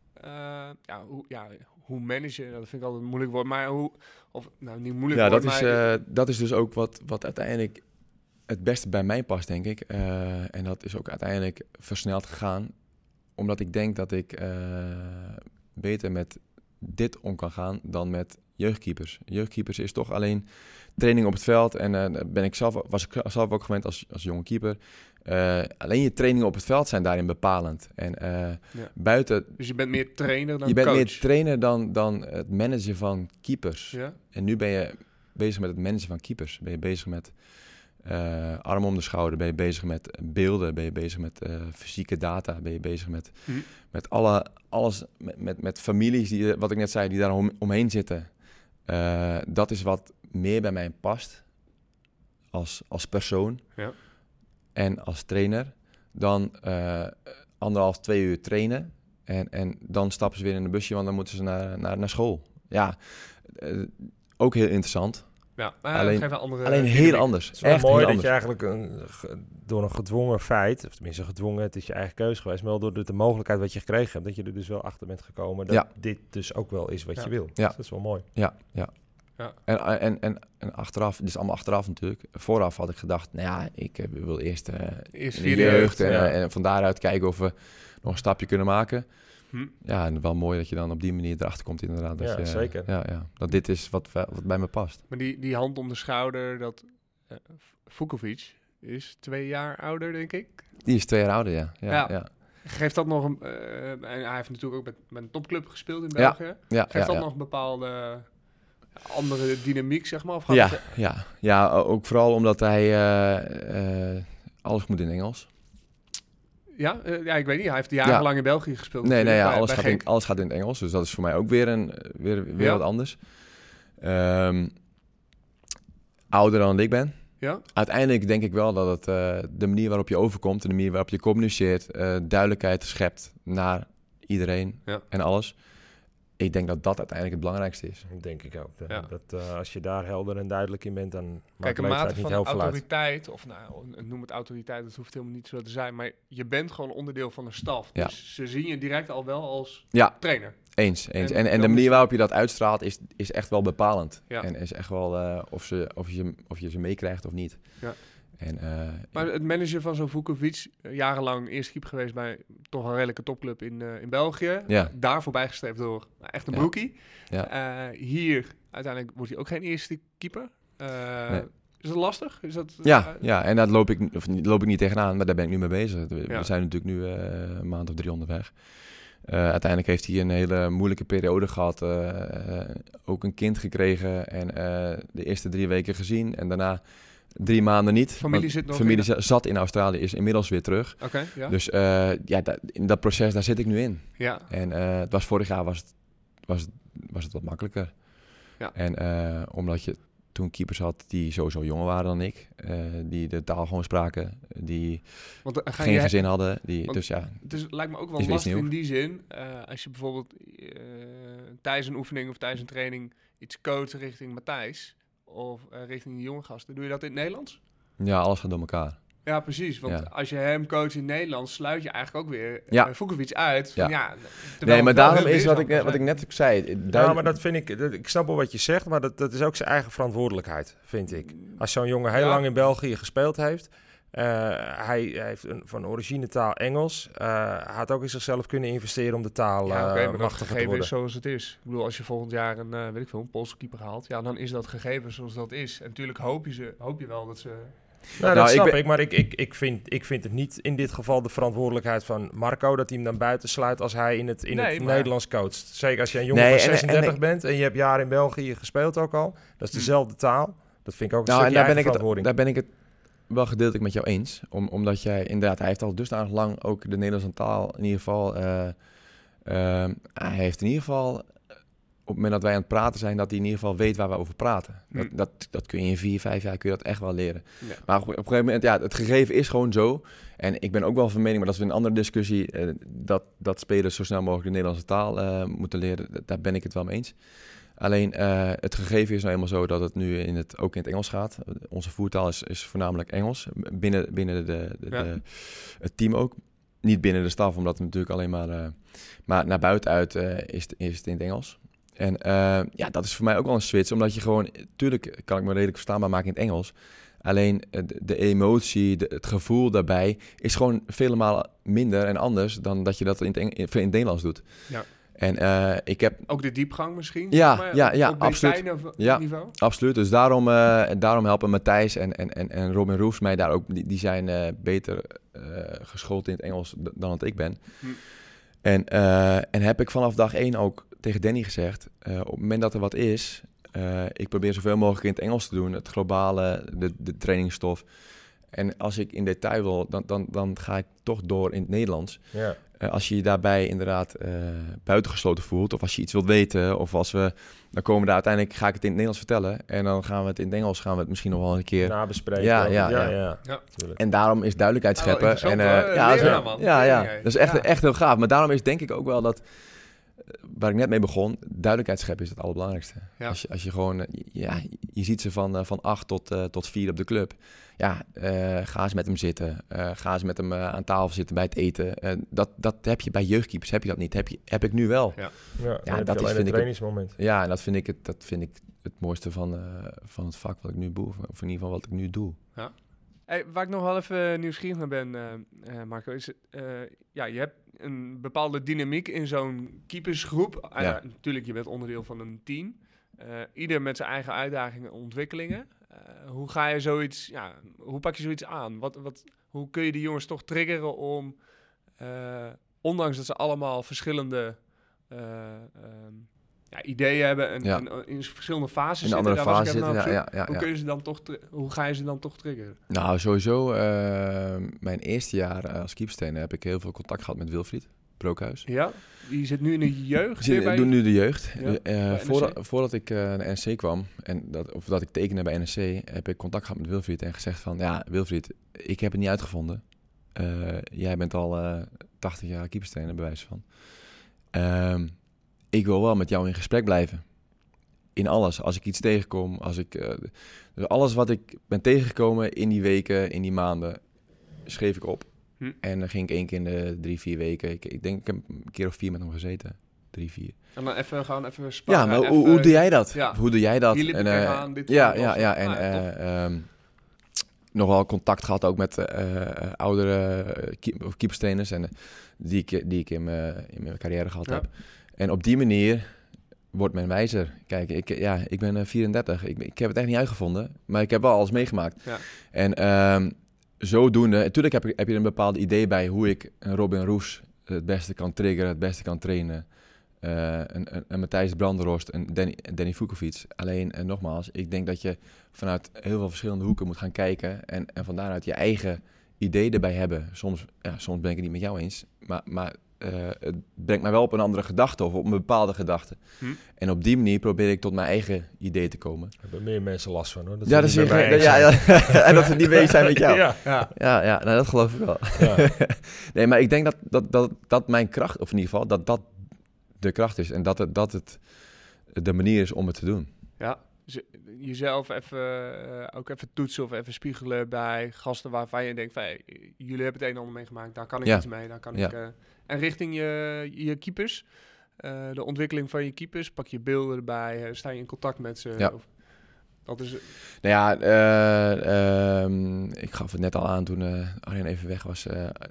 Hoe manage je? Dat vind ik altijd een moeilijk woord. Maar niet moeilijk woord. Dat is dus ook wat uiteindelijk het beste bij mij past, denk ik. En dat is ook uiteindelijk versneld gegaan. Omdat ik denk dat ik beter met dit om kan gaan dan met jeugdkeepers. Jeugdkeepers is toch alleen training op het veld. En was ik zelf ook gewend als jonge keeper. Alleen je trainingen op het veld zijn daarin bepalend. En buiten... Dus je bent meer trainer dan coach? Je bent meer trainer dan het managen van keepers. Ja? En nu ben je bezig met het managen van keepers. Ben je bezig met arm om de schouder. Ben je bezig met beelden. Ben je bezig met fysieke data. Ben je bezig met alles. Met families, wat ik net zei, die daar omheen zitten. Dat is wat meer bij mij past. Als persoon. Ja. En als trainer. Dan 1,5-2 uur trainen. En dan stappen ze weer in een busje, want dan moeten ze naar school. Ja, ook heel interessant. Ja, maar alleen heel anders. Het is wel mooi dat je eigenlijk door een gedwongen feit, of tenminste gedwongen, het is je eigen keuze geweest, maar wel door de mogelijkheid wat je gekregen hebt, dat je er dus wel achter bent gekomen dat dit dus ook wel is wat je wil. Ja. Dus dat is wel mooi. Ja. En achteraf, het is allemaal achteraf natuurlijk. Vooraf had ik gedacht, ik wil eerst via de jeugd. En van daaruit kijken of we nog een stapje kunnen maken. Ja, en wel mooi dat je dan op die manier erachter komt inderdaad. Dat zeker. Dat dit is wat bij me past. Maar die hand om de schouder, dat Vukovic is 2 jaar ouder, denk ik. Die is 2 jaar ouder, ja. Geeft dat nog hij heeft natuurlijk ook met een topclub gespeeld in België. Geeft dat nog een bepaalde andere dynamiek, zeg maar? Of ja, ook vooral omdat hij alles moet in Engels. Ja, ik weet niet. Hij heeft jarenlang in België gespeeld. Alles gaat in het Engels. Dus dat is voor mij ook weer wat anders. Ouder dan ik ben. Ja? Uiteindelijk denk ik wel dat het de manier waarop je overkomt, de manier waarop je communiceert, duidelijkheid schept naar iedereen en alles. Ik denk dat uiteindelijk het belangrijkste is. Dat denk ik ook. Dat als je daar helder en duidelijk in bent, dan maakt een mate van autoriteit, of noem het autoriteit, dat hoeft helemaal niet zo te zijn, maar je bent gewoon onderdeel van een staf. Ja. Dus ze zien je direct al wel als trainer. Eens. En de manier waarop je dat uitstraalt is echt wel bepalend. Ja. En is echt wel of je ze meekrijgt of niet. Ja. Maar het managen van zo'n Vukovic, jarenlang eerste keeper geweest bij toch een redelijke topclub in België. Ja. Daar voorbij gestreefd door echt een broekie. Ja. Hier uiteindelijk wordt hij ook geen eerste keeper. Nee. Is dat lastig? Is dat, ja, en daar loop ik niet tegenaan, maar daar ben ik nu mee bezig. We zijn natuurlijk nu een maand of 3 onderweg. Uiteindelijk heeft hij een hele moeilijke periode gehad. Ook een kind gekregen en de eerste 3 weken gezien. En daarna 3 maanden niet. Familie zat in Australië, is inmiddels weer terug. Okay, ja. Dus in dat proces, daar zit ik nu in. Ja. En het was vorig jaar was het wat makkelijker. Ja. En omdat je toen keepers had die sowieso jonger waren dan ik. Die de taal gewoon spraken. Die geen gezin hadden. Dus ja, het lijkt me ook wel lastig in die zin. Als je bijvoorbeeld tijdens een oefening of tijdens een training iets coacht richting Matthijs. Of richting die jonge gasten. Doe je dat in het Nederlands? Ja, alles gaat door elkaar. Ja, precies. Want als je hem coacht in het Nederlands, sluit je eigenlijk ook weer Vukovic uit. Van, nee, maar daarom is wat ik net zei. Ja, maar dat vind ik snap wel wat je zegt, maar dat is ook zijn eigen verantwoordelijkheid, vind ik. Als zo'n jongen heel lang in België gespeeld heeft, hij heeft van origine taal Engels. Hij had ook in zichzelf kunnen investeren om de taal machtiger te worden. Is zoals het is. Ik bedoel, als je volgend jaar een Poolse keeper haalt, dan is dat gegeven zoals dat is. En natuurlijk hoop je wel dat ze... dat snap ik, maar ik vind het niet in dit geval de verantwoordelijkheid van Marco dat hij hem dan buiten sluit als hij in het Nederlands coacht. Zeker als je een jongen van 36 bent en je hebt jaren in België gespeeld ook al. Dat is dezelfde taal. Dat vind ik ook een stukje eigen verantwoording. Daar ben ik het wel gedeeltelijk met jou eens. Omdat jij inderdaad, hij heeft al dusdanig lang ook de Nederlandse taal in ieder geval. Hij heeft in ieder geval... Op het moment dat wij aan het praten zijn, dat hij in ieder geval weet waar we over praten. Dat kun je in 4, 5 jaar kun je dat echt wel leren. Ja. Maar op een gegeven moment, het gegeven is gewoon zo. En ik ben ook wel van mening, maar dat is weer een andere discussie, dat spelers zo snel mogelijk de Nederlandse taal moeten leren. Daar ben ik het wel mee eens. Alleen het gegeven is nou eenmaal zo dat het nu ook in het Engels gaat. Onze voertaal is voornamelijk Engels. Binnen het team ook. Niet binnen de staf, omdat het natuurlijk alleen maar naar buiten uit is het in het Engels. En dat is voor mij ook wel een switch, omdat je gewoon... Tuurlijk kan ik me redelijk verstaanbaar maken in het Engels. Alleen de emotie, het gevoel daarbij is gewoon vele malen minder en anders dan dat je dat in het Nederlands doet. Ja. En ik heb... Ook de diepgang misschien? Ja, absoluut. Niveau? Absoluut. Dus daarom helpen Matthijs en Robin Roefs mij daar ook... Die zijn beter geschoold in het Engels dan dat ik ben. En heb ik vanaf dag 1 ook tegen Danny gezegd... op het moment dat er wat is... ik probeer zoveel mogelijk in het Engels te doen. Het globale, de trainingsstof. En als ik in detail wil, dan ga ik toch door in het Nederlands. Ja. Als je je daarbij inderdaad buitengesloten voelt... of als je iets wilt weten... of dan komen we daar uiteindelijk... ga ik het in het Nederlands vertellen... en dan gaan we het in het Engels... gaan we het misschien nog wel een keer... nabespreken. Ja. En daarom is duidelijkheid scheppen... dat is echt heel gaaf. Maar daarom is denk ik ook wel dat... waar ik net mee begon... duidelijkheid scheppen is het allerbelangrijkste. Ja. Als je gewoon... je ziet ze van 8 tot 4 op de club... ga eens met hem zitten. Ga eens met hem aan tafel zitten bij het eten. Dat heb je bij jeugdkeepers. Heb je dat niet? Heb ik nu wel. Dat is een trainingsmoment. En dat vind ik het mooiste van het vak wat ik nu doe. Of in ieder geval wat ik nu doe. Ja. Hey, waar ik nog wel even nieuwsgierig naar ben, Marco, is... je hebt een bepaalde dynamiek in zo'n keepersgroep. Natuurlijk, je bent onderdeel van een team. Ieder met zijn eigen uitdagingen en ontwikkelingen. Hoe ga je zoiets... hoe pak je zoiets aan? Hoe kun je die jongens toch triggeren om... ondanks dat ze allemaal verschillende... ideeën hebben en in verschillende fases in andere fases zitten. Hoe ga je ze dan toch triggeren? Nou, sowieso mijn eerste jaar als keeperstrainer heb ik heel veel contact gehad met Wilfried Brookhuis. Ja, die zit nu in de jeugd. Ik doe nu de jeugd. Ja, voordat ik naar NEC kwam dat ik tekende bij NEC, heb ik contact gehad met Wilfried en gezegd van, ja, Wilfried, ik heb het niet uitgevonden. Jij bent al 80 jaar keeperstrainer, bij wijze van. Ik wil wel met jou in gesprek blijven. In alles. Als ik iets tegenkom. Dus alles wat ik ben tegengekomen in die weken, in die maanden, schreef ik op. En dan ging ik 1 keer in de 3-4 weken. Ik denk, ik heb een keer of 4 met hem gezeten. 3-4. En dan even sparren. Ja, maar hoe doe jij dat? Ja. Hoe doe jij dat? Hier liep ik aan, dit nogal contact gehad ook met oudere keeperstrainers. En die ik in mijn carrière gehad heb. En op die manier wordt men wijzer. Kijk, ik ben 34. Ik heb het echt niet uitgevonden. Maar ik heb wel alles meegemaakt. Ja. En zodoende... Natuurlijk heb je een bepaald idee bij hoe ik een Robin Roes het beste kan triggeren, het beste kan trainen. Een Matthijs Brandenhorst, en Danny Vukovic. Alleen, en nogmaals, ik denk dat je vanuit heel veel verschillende hoeken moet gaan kijken. En van daaruit je eigen idee erbij hebben. Soms ben ik het niet met jou eens. Maar het brengt mij wel op een andere gedachte of op een bepaalde gedachte. En op die manier probeer ik tot mijn eigen idee te komen. Daar hebben meer mensen last van, hoor. Dat is en dat ze niet mee zijn met jou. Ja, nou, dat geloof ik wel. Ja. Nee, maar ik denk dat mijn kracht, of in ieder geval, dat de kracht is. En dat het de manier is om het te doen. Ja, jezelf ook even toetsen of even spiegelen bij gasten waarvan je denkt van, hey, jullie hebben het een en ander meegemaakt, daar kan ik iets mee, daar kan ik... En richting je keepers, de ontwikkeling van je keepers, pak je beelden erbij, sta je in contact met ze? Ja. Of, dat is... Nou ja, ik gaf het net al aan toen Arjen even weg was.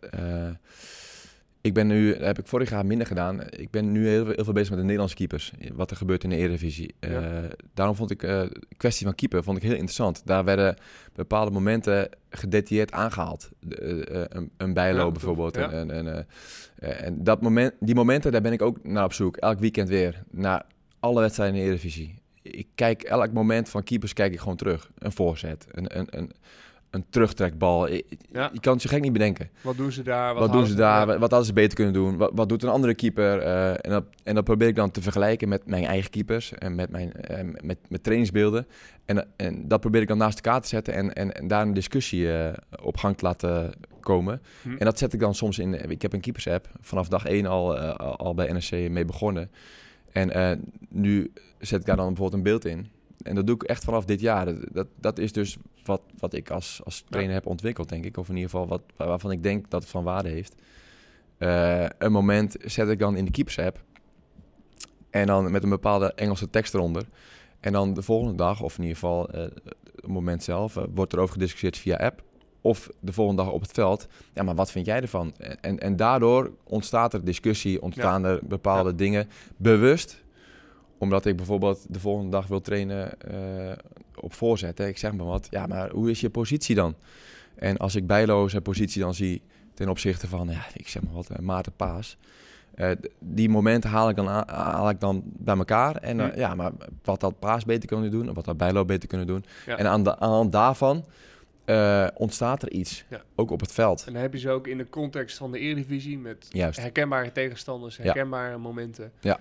Heb ik vorig jaar minder gedaan. Ik ben nu heel veel bezig met de Nederlandse keepers. Wat er gebeurt in de Eredivisie. Daarom vond ik de kwestie van keeper heel interessant. Daar werden bepaalde momenten gedetailleerd aangehaald. Een Bijlo bijvoorbeeld. Ja. En die momenten, daar ben ik ook naar op zoek. Elk weekend weer. Naar alle wedstrijden in de Eredivisie. Ik kijk elk moment van keepers kijk ik gewoon terug. Een voorzet. Een terugtrekbal. Je kan het je gek niet bedenken. Wat doen ze daar? Wat hadden ze beter kunnen doen? Wat doet een andere keeper? En dat probeer ik dan te vergelijken met mijn eigen keepers. En met trainingsbeelden. En dat probeer ik dan naast elkaar te zetten. En daar een discussie op gang te laten komen. En dat zet ik dan soms in... Ik heb een keepers-app. Vanaf dag 1 al bij NRC mee begonnen. En nu zet ik daar dan bijvoorbeeld een beeld in. En dat doe ik echt vanaf dit jaar. Dat is dus wat ik als trainer heb ontwikkeld, denk ik. Of in ieder geval waarvan ik denk dat het van waarde heeft. Een moment zet ik dan in de keepers-app. En dan met een bepaalde Engelse tekst eronder. En dan de volgende dag, of in ieder geval het moment zelf... wordt er over gediscussieerd via app. Of de volgende dag op het veld. Ja, maar wat vind jij ervan? En daardoor ontstaat er discussie, ontstaan er bepaalde dingen bewust... Omdat ik bijvoorbeeld de volgende dag wil trainen op voorzetten. Ik zeg maar wat. Ja, maar hoe is je positie dan? En als ik Bijlo zijn positie dan zie ten opzichte van, ik zeg maar wat, Maarten Paas. Die momenten haal ik dan bij elkaar. En maar wat had Paas beter kunnen doen en wat had Bijlo beter kunnen doen. Ja. En aan de hand daarvan ontstaat er iets, ook op het veld. En dan heb je ze ook in de context van de Eredivisie met herkenbare tegenstanders, herkenbare momenten. Ja.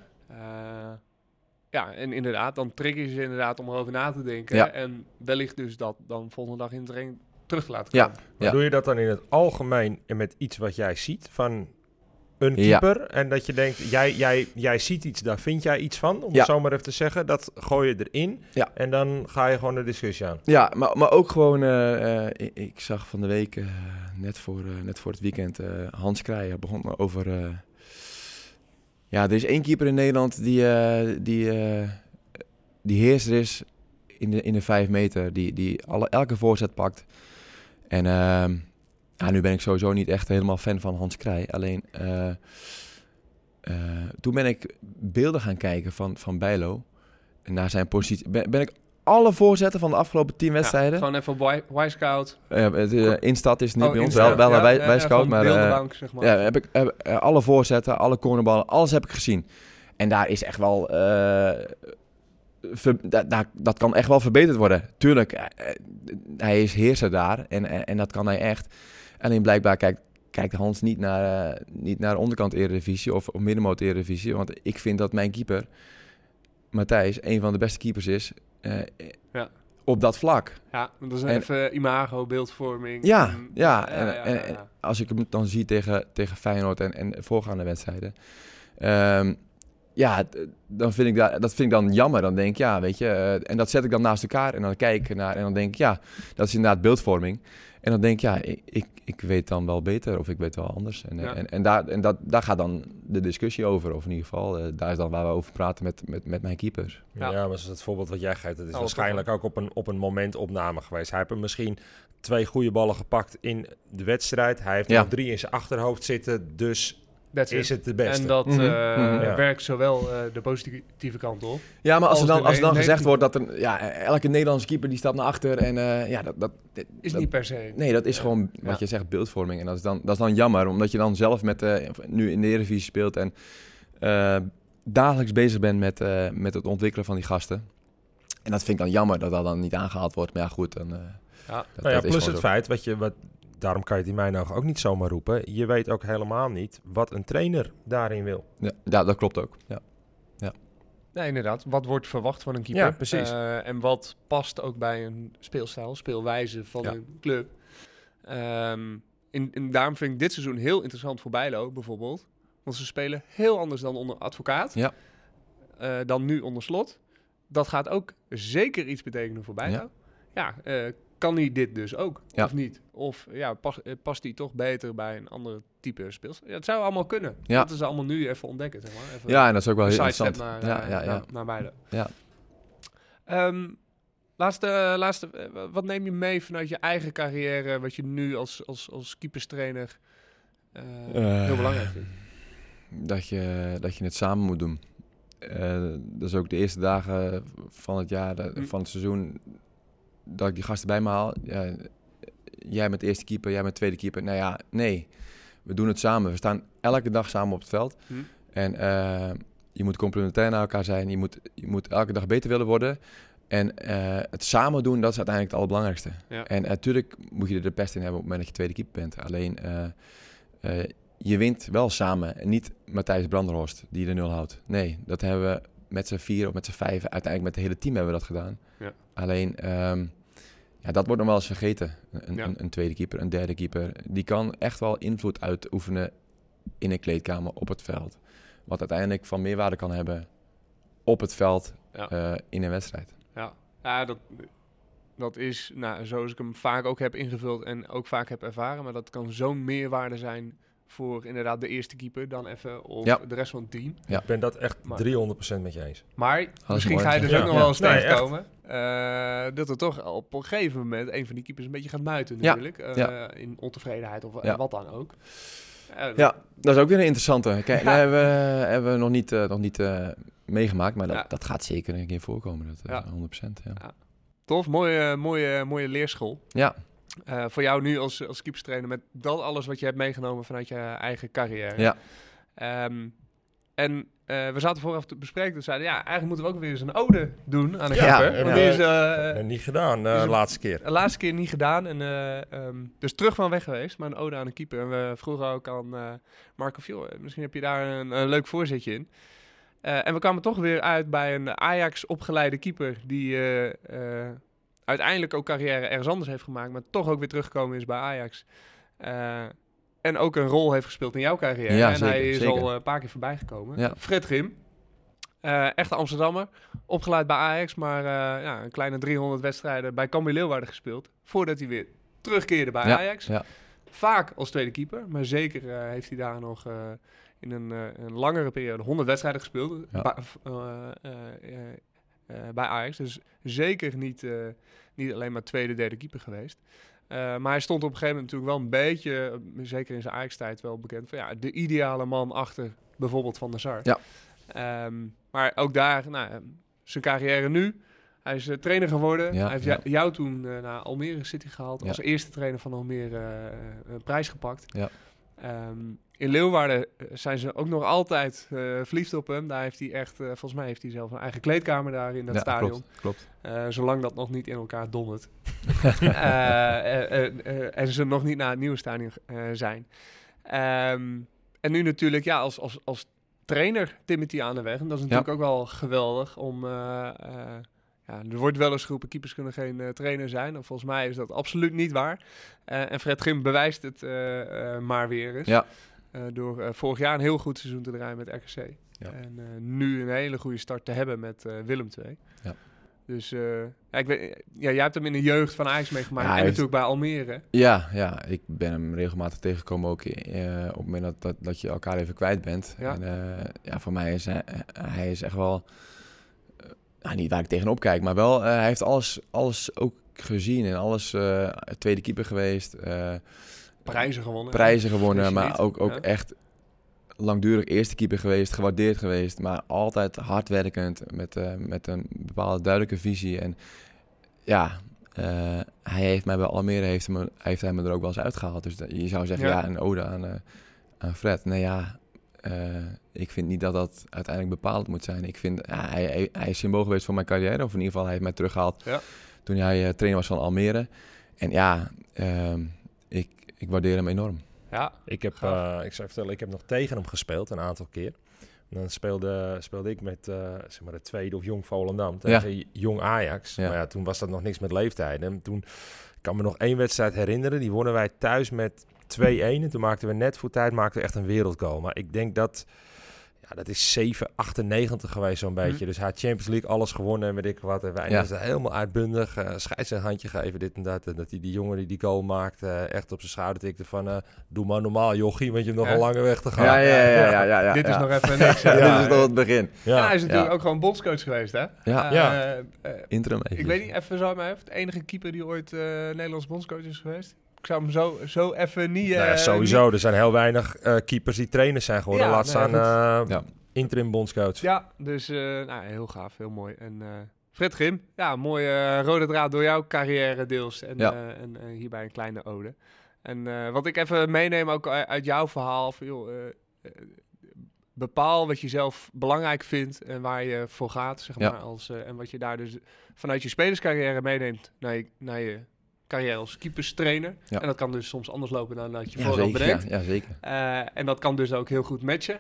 En inderdaad, dan trigger je ze inderdaad om erover na te denken. Ja. En wellicht dus dat dan volgende dag in de training terug te laten komen. Maar doe je dat dan in het algemeen en met iets wat jij ziet van een keeper? Ja. En dat je denkt, jij ziet iets, daar vind jij iets van, om het zo maar even te zeggen. Dat gooi je erin en dan ga je gewoon de discussie aan. Ja, maar ook gewoon, ik zag van de week, net voor het weekend, Hans Krijger begon over... er is 1 keeper in Nederland die heerser is in de 5 meter. Die elke voorzet pakt. En nu ben ik sowieso niet echt helemaal fan van Hans Krij. Alleen toen ben ik beelden gaan kijken van Bijlo. En naar zijn positie. Ben ik alle voorzetten van de afgelopen 10 wedstrijden. Gewoon even op Y-Scout. Instat is het niet bij ons. Wel bij Scout. Maar zeg maar. Heb ik alle voorzetten, alle cornerballen, alles heb ik gezien. En daar is echt wel... dat kan echt wel verbeterd worden. Tuurlijk, hij is heerser daar. En dat kan hij echt. Alleen blijkbaar kijkt Hans niet naar de onderkant Eredivisie of middenmoot Eredivisie. Want ik vind dat mijn keeper, Matthijs, een van de beste keepers is... op dat vlak. Ja, dat is even imago, beeldvorming. En als ik hem dan zie tegen Feyenoord en voorgaande wedstrijden... dan vind ik dat vind ik dan jammer. Dan denk ik, weet je... en dat zet ik dan naast elkaar en dan kijk ik naar... en dan denk ik, dat is inderdaad beeldvorming. En dan denk ik, ik weet dan wel beter of ik weet wel anders. En daar gaat dan de discussie over. Of in ieder geval, daar is dan waar we over praten met mijn keepers. Ja, maar zoals het voorbeeld wat jij geeft, dat is waarschijnlijk ook op een momentopname geweest. Hij heeft misschien 2 goede ballen gepakt in de wedstrijd. Hij heeft nog 3 in zijn achterhoofd zitten, dus is het de beste. En dat werkt zowel de positieve kant op. Ja, maar als er dan gezegd wordt dat elke Nederlandse keeper die stapt naar achter en dat is niet per se. Nee, dat is gewoon wat je zegt, beeldvorming. En dat is dan jammer, omdat je dan zelf nu in de Eredivisie speelt en dagelijks bezig bent met het ontwikkelen van die gasten. En dat vind ik dan jammer dat dan niet aangehaald wordt. Maar ja, goed, dan... plus het feit, daarom kan je het in mijn ogen ook niet zomaar roepen. Je weet ook helemaal niet wat een trainer daarin wil. Ja, dat klopt ook. Ja. Nee, inderdaad. Wat wordt verwacht van een keeper? Ja, precies. En wat past ook bij een speelstijl, speelwijze van een club. Daarom vind ik dit seizoen heel interessant voor Bijlo, bijvoorbeeld. Want ze spelen heel anders dan onder Advocaat. Ja. Dan nu onder Slot. Dat gaat ook zeker iets betekenen voor Bijlo. Kan hij dit dus ook, of niet? Of past hij toch beter bij een andere type speelstijl? Ja, het zou allemaal kunnen. Ja. Dat is allemaal nu even ontdekken, zeg maar. Even en dat is ook wel heel interessant. Naar Bijlo. Ja. Laatste, wat neem je mee vanuit je eigen carrière, wat je nu als keeperstrainer heel belangrijk vindt? Dat je het samen moet doen. Dat is ook de eerste dagen van het jaar, van het seizoen, dat ik die gasten bij me haal. Ja, jij bent de eerste keeper, jij bent tweede keeper. Nou ja, nee. We doen het samen. We staan elke dag samen op het veld. En je moet complementair naar elkaar zijn. Je moet elke dag beter willen worden. En het samen doen, dat is uiteindelijk het allerbelangrijkste. Ja. En natuurlijk moet je er de pest in hebben op het moment dat je tweede keeper bent. Alleen, je wint wel samen. En niet Matthijs Brandenhorst die de 0 houdt. Nee, dat hebben we met z'n 4 of met z'n 5. Uiteindelijk met het hele team hebben we dat gedaan. Ja. Alleen, dat wordt nog wel eens vergeten. Een tweede keeper, een derde keeper. Die kan echt wel invloed uitoefenen in een kleedkamer op het veld. Wat uiteindelijk van meerwaarde kan hebben op het veld in een wedstrijd. Ja, dat is, zoals ik hem vaak ook heb ingevuld en ook vaak heb ervaren. Maar dat kan zo'n meerwaarde zijn voor inderdaad de eerste keeper dan even of de rest van het team. Ja. Ik ben dat echt 300% met je eens. Maar misschien ga je dus ook nog wel eens tegenkomen. Dat er toch op een gegeven moment een van die keepers een beetje gaat muiten natuurlijk. In ontevredenheid of wat dan ook. Dat is ook weer een interessante. Kijk, dat hebben we nog niet meegemaakt, maar dat gaat zeker een keer voorkomen. Dat 100%. Ja. Tof, mooie leerschool. Ja. Voor jou nu als keeperstrainer met dat alles wat je hebt meegenomen vanuit je eigen carrière. Ja. En we zaten vooraf te bespreken. We zeiden, eigenlijk moeten we ook weer eens een ode doen aan een keeper. Hebben niet gedaan de laatste keer. De laatste keer niet gedaan. En, dus terug van weg geweest, maar een ode aan een keeper. En we vroegen ook aan Marco Fiel, misschien heb je daar een leuk voorzetje in. En we kwamen toch weer uit bij een Ajax-opgeleide keeper die uiteindelijk ook carrière ergens anders heeft gemaakt, maar toch ook weer teruggekomen is bij Ajax. En ook een rol heeft gespeeld in jouw carrière. Ja, en zeker, hij is zeker. al een paar keer voorbij gekomen. Ja. Fred Grim, echte Amsterdammer, opgeleid bij Ajax, maar een kleine 300 wedstrijden bij Cambuur Leeuwarden gespeeld, voordat hij weer terugkeerde bij Ajax. Ja. Vaak als tweede keeper, maar zeker heeft hij daar nog in een langere periode 100 wedstrijden gespeeld bij Ajax. Dus zeker niet alleen maar tweede, derde keeper geweest. Maar hij stond op een gegeven moment natuurlijk wel een beetje, zeker in zijn Ajax-tijd wel bekend, van de ideale man achter bijvoorbeeld Van der Sar. Ja. Maar ook daar, zijn carrière nu. Hij is trainer geworden. Ja, hij heeft jou toen naar Almere City gehaald. Als eerste trainer van Almere een prijs gepakt. Ja. In Leeuwarden zijn ze ook nog altijd verliefd op hem. Daar heeft hij echt, volgens mij heeft hij zelf een eigen kleedkamer daar in dat stadion. Klopt. Zolang dat nog niet in elkaar dondert. En ze nog niet naar het nieuwe stadion zijn. En nu natuurlijk, als trainer timmert hij aan de weg. En dat is natuurlijk ook wel geweldig om... er wordt wel eens geroepen, keepers kunnen geen trainer zijn. En volgens mij is dat absoluut niet waar. En Fred Grim bewijst het maar weer eens. Ja. Door vorig jaar een heel goed seizoen te draaien met RKC. Ja. En nu een hele goede start te hebben met Willem II. Ja. Dus ik weet, jij hebt hem in de jeugd van Ajax meegemaakt. En natuurlijk bij Almere. Ja, ik ben hem regelmatig tegengekomen ook op het moment dat je elkaar even kwijt bent. Ja. En voor mij is hij is echt wel... niet waar ik tegenop kijk, maar wel, hij heeft alles ook gezien en alles tweede keeper geweest. Prijzen gewonnen, maar ook echt langdurig eerste keeper geweest, gewaardeerd geweest, maar altijd hardwerkend met een bepaalde duidelijke visie. En ja, hij heeft mij bij Almere heeft hij me er ook wel eens uitgehaald. Dus je zou zeggen, een ode aan Fred. Nee, ja, ik vind niet dat dat uiteindelijk bepalend moet zijn. Ik vind, hij is symbool geweest voor mijn carrière, of in ieder geval, hij heeft mij teruggehaald toen hij trainer was van Almere. En ja, ik waardeer hem enorm. Ja, ik zou vertellen, ik heb nog tegen hem gespeeld een aantal keer. En dan speelde ik met zeg maar de tweede of Jong Volendam tegen Jong Ajax. Ja. Maar ja, toen was dat nog niks met leeftijd. En toen, ik kan me nog 1 wedstrijd herinneren. Die wonnen wij thuis met 2-1. En toen maakten we net voor tijd echt een wereldgoal. Maar ik denk dat is 7,98 geweest zo'n beetje. Dus hij had Champions League alles gewonnen en weet ik wat. En wij is helemaal uitbundig. Scheids een handje geven, dit en dat. En dat hij die jongen die goal maakte echt op zijn schouder tikte van... doe maar normaal, jochie, want je hebt nog een lange weg te gaan. Ja. Dit is nog even niks. Dit is nog het begin. Ja. En hij is natuurlijk ook gewoon bondscoach geweest, hè? Interim even. Ik weet niet, even zo uit mijn hoofd. De enige keeper die ooit Nederlands bondscoach is geweest. Ik zou hem zo even niet... sowieso. Er zijn heel weinig keepers die trainers zijn geworden. Laat staan interim bondscoach. Ja, dus heel gaaf. Heel mooi. En Fred Grim, mooie rode draad door jouw carrière deels. En hierbij een kleine ode. En wat ik even meeneem ook uit jouw verhaal... bepaal wat je zelf belangrijk vindt en waar je voor gaat, zeg maar. En wat je daar dus vanuit je spelerscarrière meeneemt naar je carrière als keeperstrainer. Ja. En dat kan dus soms anders lopen dan dat je vooral bedenkt. Ja, zeker. En dat kan dus ook heel goed matchen.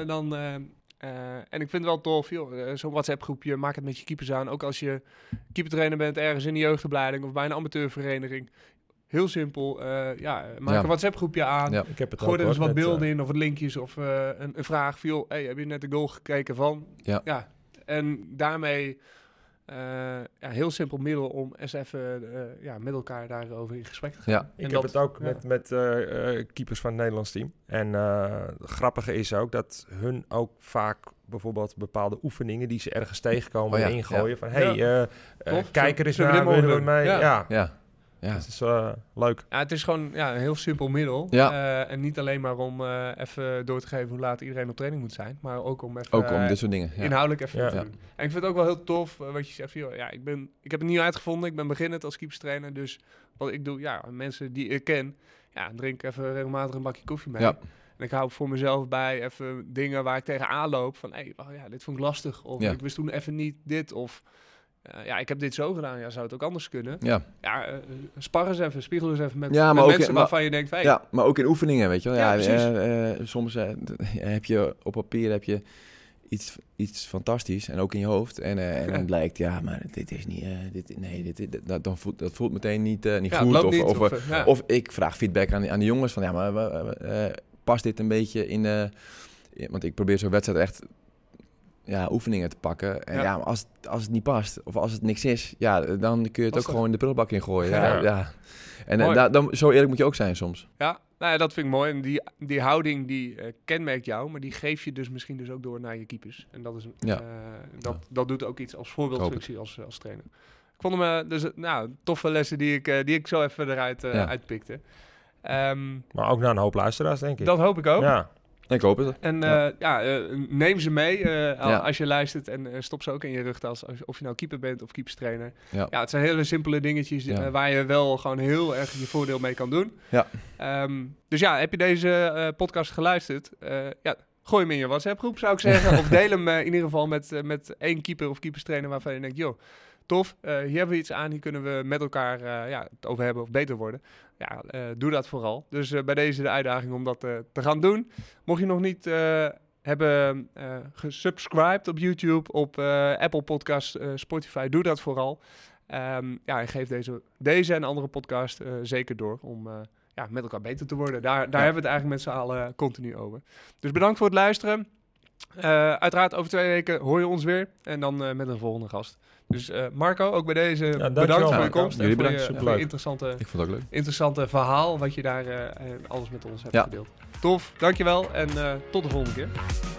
En ik vind het wel tof, zo'n WhatsApp-groepje, maak het met je keepers aan. Ook als je keepertrainer bent ergens in de jeugdopleiding of bij een amateurvereniging. Heel simpel, maak een WhatsApp-groepje aan. Ja. Gooi er eens wat beelden in of wat linkjes of een vraag van... heb je net de goal gekeken van? Ja. En daarmee... heel simpel middel om eens even met elkaar daarover in gesprek te gaan. Ja, ik heb het ook met keepers van het Nederlands team. En het grappige is ook dat hun ook vaak bijvoorbeeld bepaalde oefeningen die ze ergens tegenkomen ingooien. Van kijk er eens naar, willen we mee? Ja, dat is leuk. Ja, het is gewoon een heel simpel middel. Ja. En niet alleen maar om even door te geven hoe laat iedereen op training moet zijn. Maar ook om even om dit soort dingen, inhoudelijk even te doen. En ik vind het ook wel heel tof wat je zegt. Ik heb het nieuw uitgevonden. Ik ben beginnend als keeperstrainer. Dus wat ik doe, mensen die ik ken, drink even regelmatig een bakje koffie mee. Ja. En ik hou voor mezelf bij even dingen waar ik tegenaan loop. Van, dit vond ik lastig. Of ik wist toen even niet dit. Of... ik heb dit zo gedaan. Ja, zou het ook anders kunnen? Spar eens even, spiegel eens even met mensen waarvan je denkt... maar ook in oefeningen, weet je wel. Soms heb je op papier iets fantastisch en ook in je hoofd. En dan blijkt, maar dit is niet... dat voelt meteen niet goed. Of ik vraag feedback aan de jongens van... past dit een beetje in... want ik probeer zo'n wedstrijd echt... oefeningen te pakken. En maar als het niet past, of als het niks is, dan kun je het ook gewoon in de prullenbak in gooien. En dan zo eerlijk moet je ook zijn soms. Ja, dat vind ik mooi. En die houding, die kenmerkt jou, maar die geef je dus misschien dus ook door naar je keepers. En dat is dat doet ook iets als voorbeeldfunctie als trainer. Ik vond hem dus toffe lessen die ik zo even eruit uitpikte. Maar ook naar een hoop luisteraars, denk ik. Dat hoop ik ook. Ja. Ik hoop het. En neem ze mee als je luistert en stop ze ook in je rugtas. Of je nou keeper bent of keeperstrainer. Ja, het zijn hele simpele dingetjes waar je wel gewoon heel erg je voordeel mee kan doen. Ja. Dus heb je deze podcast geluisterd? Gooi hem in je WhatsApp-groep, zou ik zeggen. Of deel hem in ieder geval met 1 keeper of keeperstrainer waarvan je denkt... tof, hier hebben we iets aan, hier kunnen we met elkaar het over hebben of beter worden. Doe dat vooral. Dus bij deze de uitdaging om dat te gaan doen. Mocht je nog niet hebben gesubscribed op YouTube, op Apple Podcasts, Spotify, doe dat vooral. En geef deze en andere podcast zeker door om met elkaar beter te worden. Daar hebben we het eigenlijk met z'n allen continu over. Dus bedankt voor het luisteren. Uiteraard over 2 weken hoor je ons weer. En dan met een volgende gast. Dus Marco, ook bij deze bedankt voor je komst. Jullie bedankt, voor je interessante verhaal wat je daar alles met ons hebt gedeeld. Tof, dankjewel en tot de volgende keer.